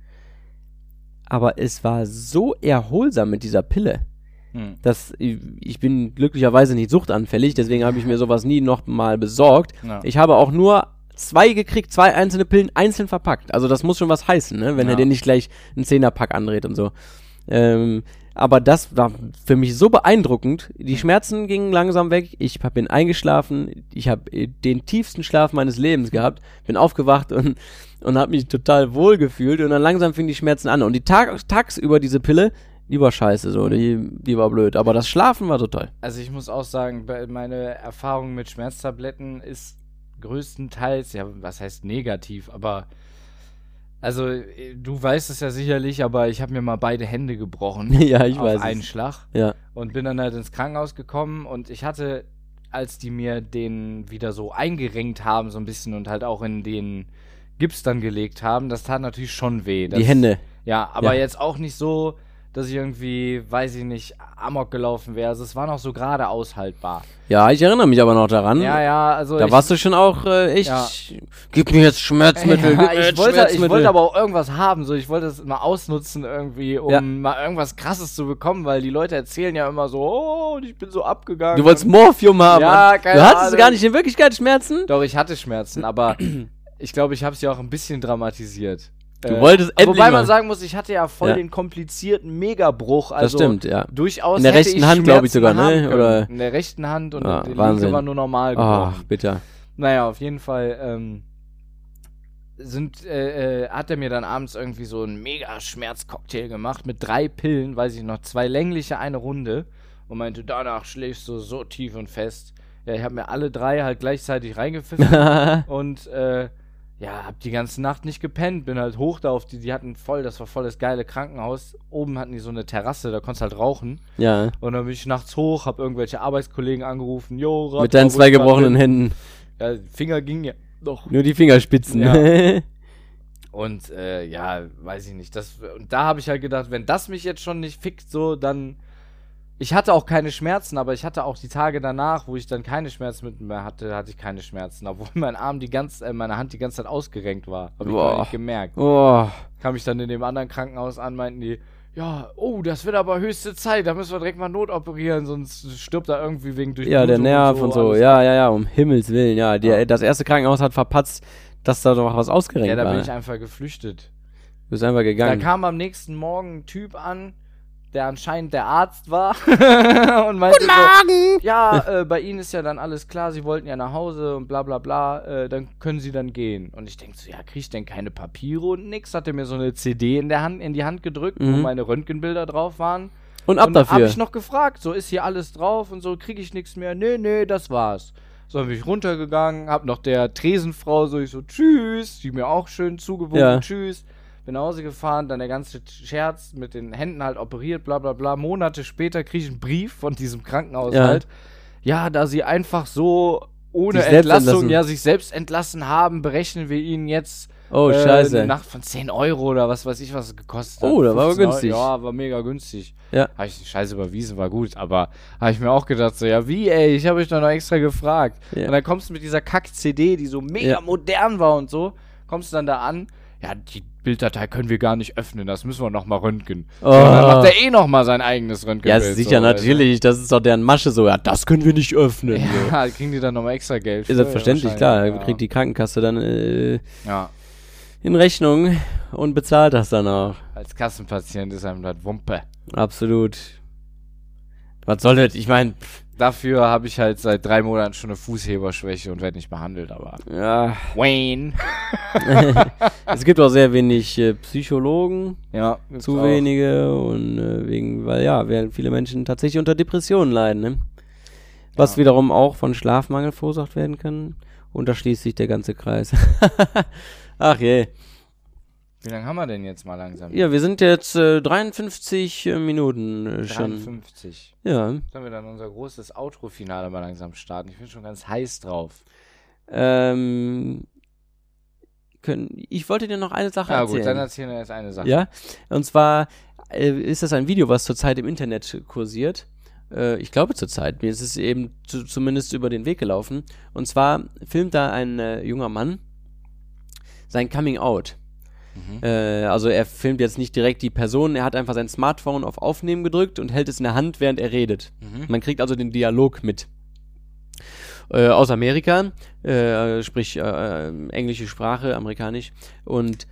aber es war so erholsam mit dieser Pille, Hm. dass ich, ich bin glücklicherweise nicht suchtanfällig, deswegen habe ich mir sowas nie noch mal besorgt. Ja. Ich habe auch nur zwei gekriegt, zwei einzelne Pillen einzeln verpackt, also das muss schon was heißen, ne, wenn Ja. er dir nicht gleich einen Zehnerpack andreht und so. Ähm, aber das war für mich so beeindruckend. Die Schmerzen gingen langsam weg. Ich hab, bin eingeschlafen. Ich habe den tiefsten Schlaf meines Lebens gehabt. Bin aufgewacht und, und habe mich total wohl gefühlt. Und dann langsam fingen die Schmerzen an. Und die Tag, tagsüber diese Pille, die war scheiße, so. Die, die war blöd. Aber das Schlafen war so toll. Also ich muss auch sagen, bei- meine Erfahrung mit Schmerztabletten ist größtenteils, ja, was heißt negativ, aber also äh, du weißt es ja sicherlich, aber ich habe mir mal beide Hände gebrochen. Ja, ich auf weiß einen es. Schlag Ja. und bin dann halt ins Krankenhaus gekommen und ich hatte, als die mir den wieder so eingerenkt haben so ein bisschen und halt auch in den Gips dann gelegt haben, das tat natürlich schon weh. Das, Die Hände. Ja, aber Ja. jetzt auch nicht so, dass ich irgendwie, weiß ich nicht, amok gelaufen wäre. Also es war noch so gerade aushaltbar. Ja, ich erinnere mich aber noch daran. Ja, ja, also Da ich, warst du schon auch äh, echt. Ja. Gib mir jetzt Schmerzmittel. ja, gib mir ich, jetzt wollte, ich Schmerzmittel. wollte aber auch irgendwas haben, so ich wollte es mal ausnutzen irgendwie, um Ja. mal irgendwas Krasses zu bekommen, weil die Leute erzählen ja immer so, oh, und ich bin so abgegangen. Du wolltest und, Morphium haben. Ja, Mann. keine Du hattest Ahnung. gar nicht in Wirklichkeit Schmerzen? Doch, ich hatte Schmerzen, aber ich glaube, ich habe es ja auch ein bisschen dramatisiert. Du wolltest aber endlich Wobei mal. man sagen muss, ich hatte ja voll Ja. den komplizierten Megabruch. Also Das stimmt, ja. durchaus In der hätte rechten ich Hand, glaub ich, Schmerzen sogar, ne? haben können. Oder- In der rechten Hand und Ah, die linke Wahnsinn. war nur normal Ach, gebrochen. bitter. Naja, auf jeden Fall ähm, sind, äh, äh, hat er mir dann abends irgendwie so einen Mega-Schmerzcocktail gemacht mit drei Pillen, weiß ich noch, zwei längliche, eine runde und meinte, danach schläfst du so tief und fest. Ja, ich habe mir alle drei halt gleichzeitig reingepfiffen und äh, ja, hab die ganze Nacht nicht gepennt, bin halt hoch da auf die, die hatten voll, das war voll das geile Krankenhaus, oben hatten die so eine Terrasse, da konntest halt rauchen Ja. und dann bin ich nachts hoch, hab irgendwelche Arbeitskollegen angerufen, jo, rat Mit deinen mal, wo zwei ich grad gebrochenen bin. Händen. Ja, Finger ging ja doch. Nur die Fingerspitzen. Ja. Und äh, ja, weiß ich nicht. Das, und da habe ich halt gedacht, wenn das mich jetzt schon nicht fickt, so, dann. Ich hatte auch keine Schmerzen, aber ich hatte auch die Tage danach, wo ich dann keine Schmerzen mit mehr hatte, hatte ich keine Schmerzen. Obwohl mein Arm die ganze, äh, meine Hand die ganze Zeit ausgerenkt war. Habe ich Boah. gar nicht gemerkt. Oh. Kam ich dann in dem anderen Krankenhaus an, meinten die, ja, oh, das wird aber höchste Zeit, da müssen wir direkt mal notoperieren, sonst stirbt er irgendwie wegen durch Ja, der Nerv und so. alles. Ja, ja, ja, um Himmels Willen. Ja, die, Ja. das erste Krankenhaus hat verpatzt, dass da doch was ausgerenkt Ja, da war. bin ich einfach geflüchtet. Du bist einfach Da gegangen. kam am nächsten Morgen ein Typ an, der anscheinend der Arzt war und meinte Guten Morgen! So, ja, äh, bei Ihnen ist ja dann alles klar, Sie wollten ja nach Hause und bla bla bla, äh, dann können Sie dann gehen. Und ich denke so, ja, krieg ich denn keine Papiere und nix? Hat er mir so eine C D in der Hand, in die Hand gedrückt, wo Mhm. meine Röntgenbilder drauf waren. Und ab und hab dafür. ich noch gefragt, so ist hier alles drauf und so, krieg ich nichts mehr? Nee, nee, das war's. So bin ich runtergegangen, hab noch der Tresenfrau so, ich so, tschüss, die mir auch schön zugewunken, Ja. tschüss. Bin nach Hause gefahren, dann der ganze Scherz mit den Händen halt operiert, bla bla bla. Monate später kriege ich einen Brief von diesem Krankenhaus Ja. halt. Ja, da sie einfach so ohne Sich selbst Entlassung, entlassen. ja, sich selbst entlassen haben, berechnen wir ihnen jetzt Oh, äh, scheiße. eine Nacht von zehn Euro oder was weiß ich, was es gekostet hat. Oh, da war aber fünfzehn Euro. günstig. Ja, war mega günstig. Ja. Habe ich die Scheiße überwiesen, war gut, aber habe ich mir auch gedacht, so, ja, wie, ey, ich habe euch doch noch extra gefragt. Ja. Und dann kommst du mit dieser Kack-C D, die so mega Ja. modern war und so, kommst du dann da an, ja, die Bilddatei können wir gar nicht öffnen, das müssen wir noch mal röntgen. Oh. Ja, dann macht er eh noch mal sein eigenes Ja, Röntgenbild. sicher, so, natürlich. Das ist doch deren Masche so. Ja, das können wir nicht öffnen. Also. so. Ja, kriegen die dann noch mal extra Geld. Ist für, selbstverständlich, ja, klar. wahrscheinlich, Da kriegt die Krankenkasse dann äh, Ja, in Rechnung und bezahlt das dann auch. als Kassenpatient ist einem das Wumpe. Absolut. Was soll das? Ich meine, Dafür habe ich halt seit drei Monaten schon eine Fußheberschwäche und werde nicht behandelt, aber ja. Wayne. Es gibt auch sehr wenig äh, Psychologen, Ja, gibt's zu auch. wenige und äh, wegen, weil ja, weil viele Menschen tatsächlich unter Depressionen leiden, ne? was Ja. wiederum auch von Schlafmangel verursacht werden kann. Und da schließt sich der ganze Kreis. Ach je. Wie lange haben wir denn jetzt mal langsam? Ja, wir sind jetzt äh, dreiundfünfzig äh, Minuten äh, schon. dreiundfünfzig. Ja. Sollen wir dann unser großes Outro-Finale mal langsam starten? Ich bin schon ganz heiß drauf. Ähm, können, ich wollte dir noch eine Sache Ja erzählen. gut, dann erzählen wir jetzt eine Sache. Ja, und zwar äh, ist das ein Video, was zurzeit im Internet kursiert. Äh, ich glaube zurzeit. Mir ist es eben zu, zumindest über den Weg gelaufen. Und zwar filmt da ein äh, junger Mann sein Coming Out. Mhm. Äh, also er filmt jetzt nicht direkt die Person, er hat einfach sein Smartphone auf Aufnehmen gedrückt und hält es in der Hand, während er redet. Mhm. Man kriegt also den Dialog mit. Äh, aus Amerika, äh, sprich äh, englische Sprache, amerikanisch. Und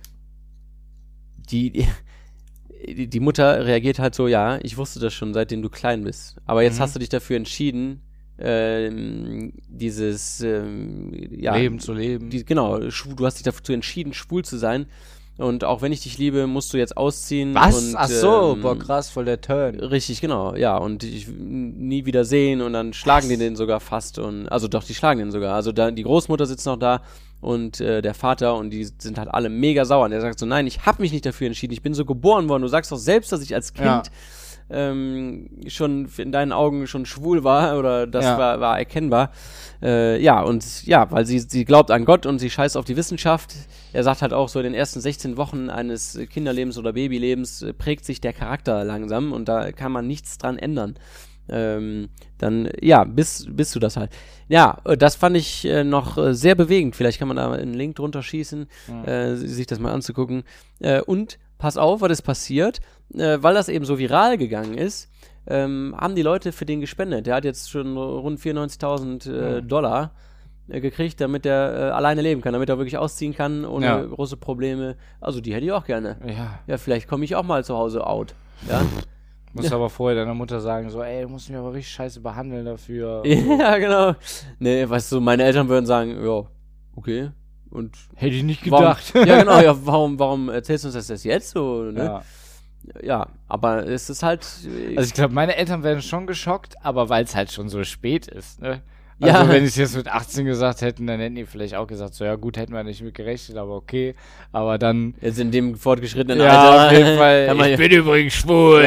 die, die, die Mutter reagiert halt so, ja, ich wusste das schon, seitdem du klein bist. Aber jetzt Mhm. hast du dich dafür entschieden, ähm, dieses ähm, ja, Leben zu leben. die, genau, schw- du hast dich dazu entschieden, schwul zu sein. Und auch wenn ich dich liebe, musst du jetzt ausziehen. Was? Und, Ach so, ähm, boah, krass, voll der Turn. Richtig, genau, ja. Und ich nie wieder sehen und dann schlagen die den sogar fast. Und also doch, die schlagen den sogar. Also da, die Großmutter sitzt noch da und äh, der Vater und die sind halt alle mega sauer. Und der sagt so, nein, ich habe mich nicht dafür entschieden. Ich bin so geboren worden. Du sagst doch selbst, dass ich als Kind Ja. ähm, schon in deinen Augen schon schwul war oder das Ja. war, war erkennbar. Äh, ja, und ja, weil sie, sie glaubt an Gott und sie scheißt auf die Wissenschaft. Er sagt halt auch so, in den ersten sechzehn Wochen eines Kinderlebens oder Babylebens äh, prägt sich der Charakter langsam und da kann man nichts dran ändern. Ähm, dann, ja, bist, bist du das halt. Ja, äh, das fand ich äh, noch äh, sehr bewegend. Vielleicht kann man da einen Link drunter schießen, Mhm. äh, sich das mal anzugucken. Äh, und pass auf, was ist passiert, äh, weil das eben so viral gegangen ist, ähm, haben die Leute für den gespendet. Der hat jetzt schon rund vierundneunzigtausend äh, Mhm. Dollar äh, gekriegt, damit er äh, alleine leben kann, damit er wirklich ausziehen kann, ohne Ja. große Probleme. Also die hätte ich auch gerne. Ja. Ja, vielleicht komme ich auch mal zu Hause out. Ja, Musst aber vorher deiner Mutter sagen, so, ey, du musst mich aber richtig scheiße behandeln dafür. ja genau. Nee, weißt du, meine Eltern würden sagen, ja, okay. Und Hätte ich nicht warum, gedacht. ja genau, ja, warum, warum erzählst du uns das erst jetzt so, ne? Ja. Ja, aber es ist halt. äh, Also ich glaube, meine Eltern wären schon geschockt, aber weil es halt schon so spät ist, ne? Ja. Also wenn sie es jetzt mit achtzehn gesagt hätten, dann hätten die vielleicht auch gesagt, so ja gut, hätten wir nicht mit gerechnet, aber okay. Aber dann... jetzt in dem fortgeschrittenen Ja, Alter. auf jeden Fall. Kann man Ich ja- bin übrigens schwul.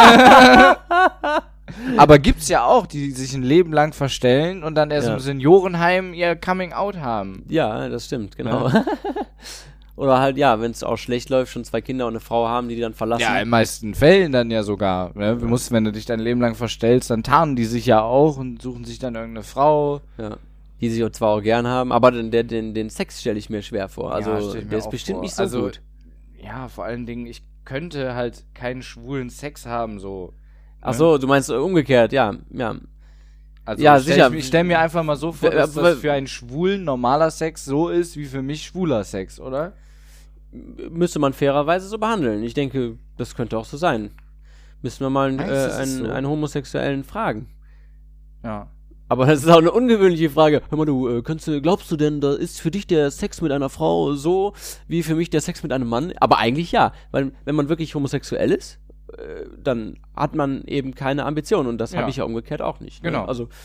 Aber gibt's ja auch, die sich ein Leben lang verstellen und dann erst Ja. im Seniorenheim ihr Coming Out haben. Ja, das stimmt, genau. Oder halt, ja, wenn es auch schlecht läuft, schon zwei Kinder und eine Frau haben, die die dann verlassen. Ja, in meisten Fällen dann ja sogar. Ne? Du musst, wenn du dich dein Leben lang verstellst, dann tarnen die sich ja auch und suchen sich dann irgendeine Frau. Ja. Die sich zwar auch gern haben, aber den, den, den, den Sex stelle ich mir schwer vor. Also, Ja, stell ich mir der ist auch bestimmt vor. nicht so Also, gut. Ja, vor allen Dingen, ich könnte halt keinen schwulen Sex haben, so. Ach so, du meinst äh, umgekehrt, ja, ja. Also Ja, ich stell, sicher. Ich, ich stell mir einfach mal so vor, W- dass w- das für einen Schwulen normaler Sex so ist, wie für mich schwuler Sex, oder? Müsste man fairerweise so behandeln. Ich denke, das könnte auch so sein. Müssen wir mal einen, Meinst äh, du, es ist einen, so? einen Homosexuellen fragen. Ja. Aber das ist auch eine ungewöhnliche Frage. Hör mal, du, äh, kannst du, glaubst du denn, da ist für dich der Sex mit einer Frau so, wie für mich der Sex mit einem Mann? Aber eigentlich ja. Weil, wenn man wirklich homosexuell ist, äh, dann hat man eben keine Ambition. Und das Ja. habe ich ja umgekehrt auch nicht. Ne? Genau. Also,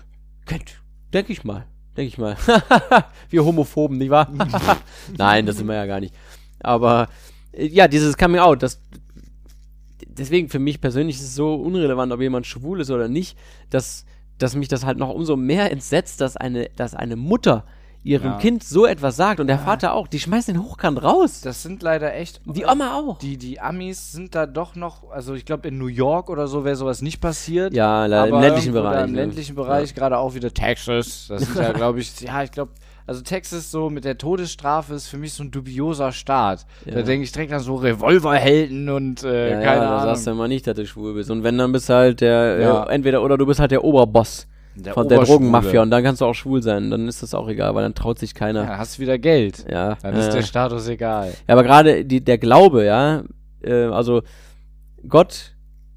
denke ich mal. Denke ich mal. Wir Homophoben, nicht wahr? Nein, das sind wir ja gar nicht. Aber, äh, ja, dieses Coming Out, das, deswegen für mich persönlich ist es so unrelevant, ob jemand schwul ist oder nicht, dass, dass mich das halt noch umso mehr entsetzt, dass eine, dass eine Mutter ihrem Ja. Kind so etwas sagt und der Vater auch, die schmeißen den hochkant raus. Das sind leider echt. Die Oma auch. Die, die Amis sind da doch noch, also ich glaube in New York oder so wäre sowas nicht passiert. Ja, leider, im aber ländlichen irgendwo da Bereich. Im ne? ländlichen Bereich, gerade auch wieder Texas. Das ist ja, glaube ich, ja, ich glaube, also Texas so mit der Todesstrafe ist für mich so ein dubioser Staat. Ja. Da denke ich direkt an so Revolverhelden und äh, Ja, keine ja, da Ahnung. sagst du immer nicht, dass du schwul bist. Und wenn, dann bist du halt der, Ja. äh, entweder, oder du bist halt der Oberboss Der von der Oberschwule. Drogenmafia und dann kannst du auch schwul sein. Dann ist das auch egal, weil dann traut sich Ja, keiner. dann hast du wieder Geld. Ja, Dann ist äh, der Status egal. ja aber gerade die, der Glaube, ja, äh, also Gott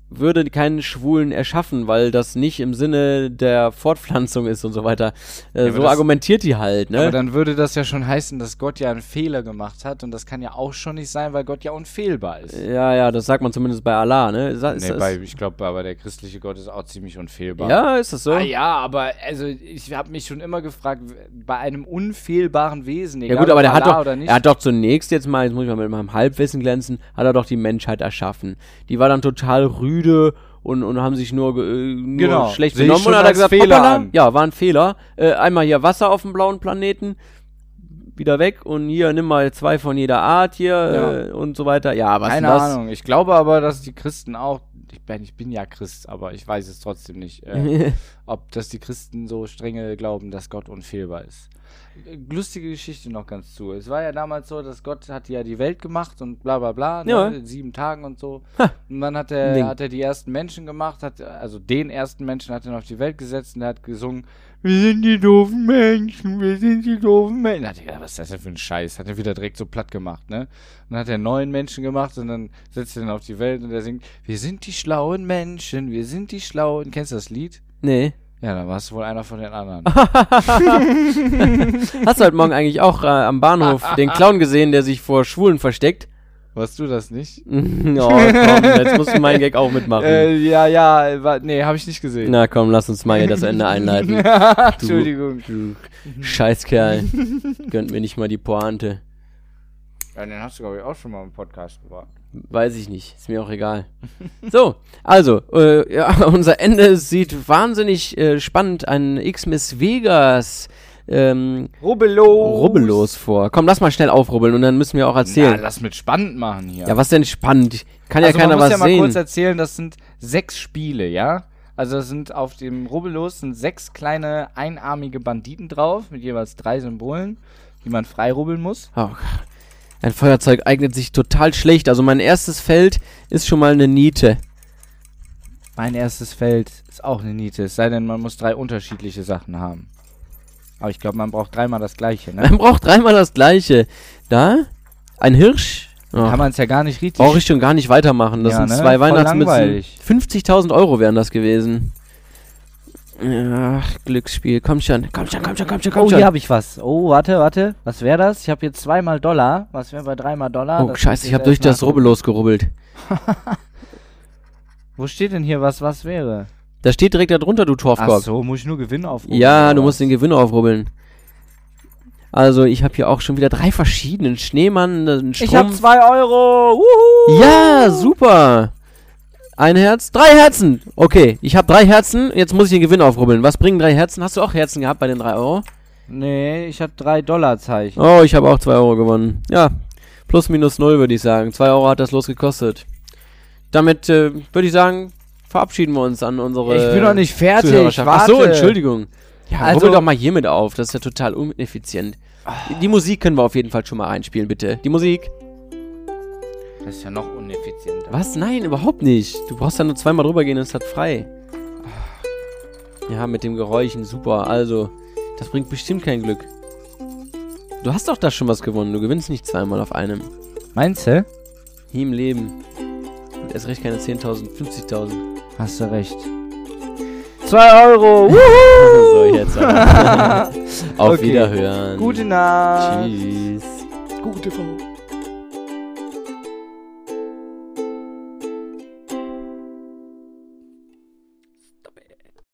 würde keinen Schwulen erschaffen, weil das nicht im Sinne der Fortpflanzung ist und so weiter. Äh, Ja, so das, argumentiert die halt, ne? Aber dann würde das ja schon heißen, dass Gott ja einen Fehler gemacht hat und das kann ja auch schon nicht sein, weil Gott ja unfehlbar ist. Ja, ja, das sagt man zumindest bei Allah, ne? Ist, ist Nee, das, bei, ich glaube, aber der christliche Gott ist auch ziemlich unfehlbar. ja, ist das so? Ah, ja, aber also ich habe mich schon immer gefragt, bei einem unfehlbaren Wesen, egal Ja gut, aber ob der hat Allah doch, oder nicht, er hat doch zunächst jetzt mal, jetzt muss ich mal mit meinem Halbwissen glänzen, hat er doch die Menschheit erschaffen. Die war dann total rüde und, und haben sich nur, äh, nur Genau, schlecht sehe ich benommen. schon Und dann hat er als gesagt, Fehler hoppala, an. ja, war ein Fehler. Äh, einmal hier Wasser auf dem blauen Planeten, wieder weg und hier nimm mal zwei von jeder Art hier Ja. äh, und so weiter. Ja, was keine ist das? Ahnung. Ich glaube aber, dass die Christen auch, ich bin, ich bin ja Christ, aber ich weiß es trotzdem nicht, äh, ob dass die Christen so strenge glauben, dass Gott unfehlbar ist. Lustige Geschichte noch ganz zu. Es war ja damals so, dass Gott hat ja die Welt gemacht und bla bla bla, ne, Ja. in sieben Tagen und so. Ha. Und dann hat Ding. er, hat er die ersten Menschen gemacht, hat, also den ersten Menschen hat er auf die Welt gesetzt und er hat gesungen, wir sind die doofen Menschen, wir sind die doofen Menschen. Da hat er gedacht, was ist das denn für ein Scheiß? Hat er wieder direkt so platt gemacht, ne? Und dann hat er neuen Menschen gemacht und dann setzt er ihn auf die Welt und er singt, wir sind die schlauen Menschen, wir sind die schlauen. Kennst du das Lied? Nee. Ja, dann warst du wohl einer von den anderen. Hast du heute Morgen eigentlich auch äh, am Bahnhof den Clown gesehen, der sich vor Schwulen versteckt? Warst du das nicht? Oh, komm, jetzt musst du meinen Gag auch mitmachen. Äh, ja, ja, war, nee, habe ich nicht gesehen. Na komm, lass uns mal hier das Ende einleiten. Entschuldigung. Du Scheißkerl. Gönnt mir nicht mal die Pointe. Ja, den hast du, glaube ich, auch schon mal im Podcast gebracht. Weiß ich nicht, ist mir auch egal. So, also, äh, ja, unser Ende sieht wahnsinnig äh, spannend an X-Miss Vegas ähm, Rubbellos. rubbellos vor. Komm, lass mal schnell aufrubbeln und dann müssen wir auch Na, erzählen. lass mit spannend machen hier. Ja, was denn spannend? Kann also ja keiner man muss was ja mal sehen. kurz erzählen, das sind sechs Spiele, ja? Also das sind auf dem Rubbellos sind sechs kleine einarmige Banditen drauf, mit jeweils drei Symbolen, die man frei rubbeln muss. Oh, ein Feuerzeug eignet sich total schlecht. Also mein erstes Feld ist schon mal eine Niete. Mein erstes Feld ist auch eine Niete, es sei denn, man muss drei unterschiedliche Sachen haben. Aber ich glaube, man braucht dreimal das gleiche, ne? Man braucht dreimal das gleiche. Da, ein Hirsch. Oh, Kann man es ja gar nicht richtig... brauche ich schon gar nicht weitermachen. Das Ja, sind ne? zwei Voll Weihnachtsmützen. langweilig. fünfzigtausend Euro wären das gewesen. Ach, Glücksspiel. Komm schon, komm schon, komm schon, komm schon, komm Oh, schon. hier habe ich was. Oh, warte, warte. Was wäre das? Ich habe jetzt zweimal Dollar. Was wäre bei dreimal Dollar? Oh, Das scheiße, muss ich habe jetzt durch das erst mal- Rubbellos gerubbelt. Wo steht denn hier was, was wäre? Da steht direkt da drunter, du Ach Torfkorb. so, muss ich nur Gewinn aufrufen? Ja, oder du was? musst den Gewinn aufrubbeln. Also, ich habe hier auch schon wieder drei verschiedenen Schneemann, einen Strom. Ich habe zwei Euro. Wuhu. Ja, super. Ein Herz, drei Herzen. Okay, ich habe drei Herzen, jetzt muss ich den Gewinn aufrubbeln. Was bringen drei Herzen? Hast du auch Herzen gehabt bei den drei Euro? Nee, ich habe drei Dollarzeichen. Oh, ich habe auch zwei Euro gewonnen. Ja, plus minus null würde ich sagen. Zwei Euro hat das los gekostet. Damit äh, würde ich sagen, verabschieden wir uns an unsere Ich bin noch nicht fertig. Zuhörerschaft. Ach Warte. so, Entschuldigung. Ja, Also- rubbel doch mal hiermit auf. Das ist ja total ineffizient. Die Musik können wir auf jeden Fall schon mal reinspielen, bitte. Die Musik. Das ist ja noch uneffizienter. Was? Nein, überhaupt nicht. Du brauchst ja nur zweimal drüber gehen und es hat frei. Ja, mit dem Geräuschen, super. Also, das bringt bestimmt kein Glück. Du hast doch da schon was gewonnen. Du gewinnst nicht zweimal auf einem. Meinst du? Nie im Leben. Und erst recht keine zehntausend, fünfzigtausend. Hast du recht. Zwei Euro. Wuhu. So, jetzt aber. Auf Okay. Wiederhören. Gute Nacht. Tschüss. Gute Frau.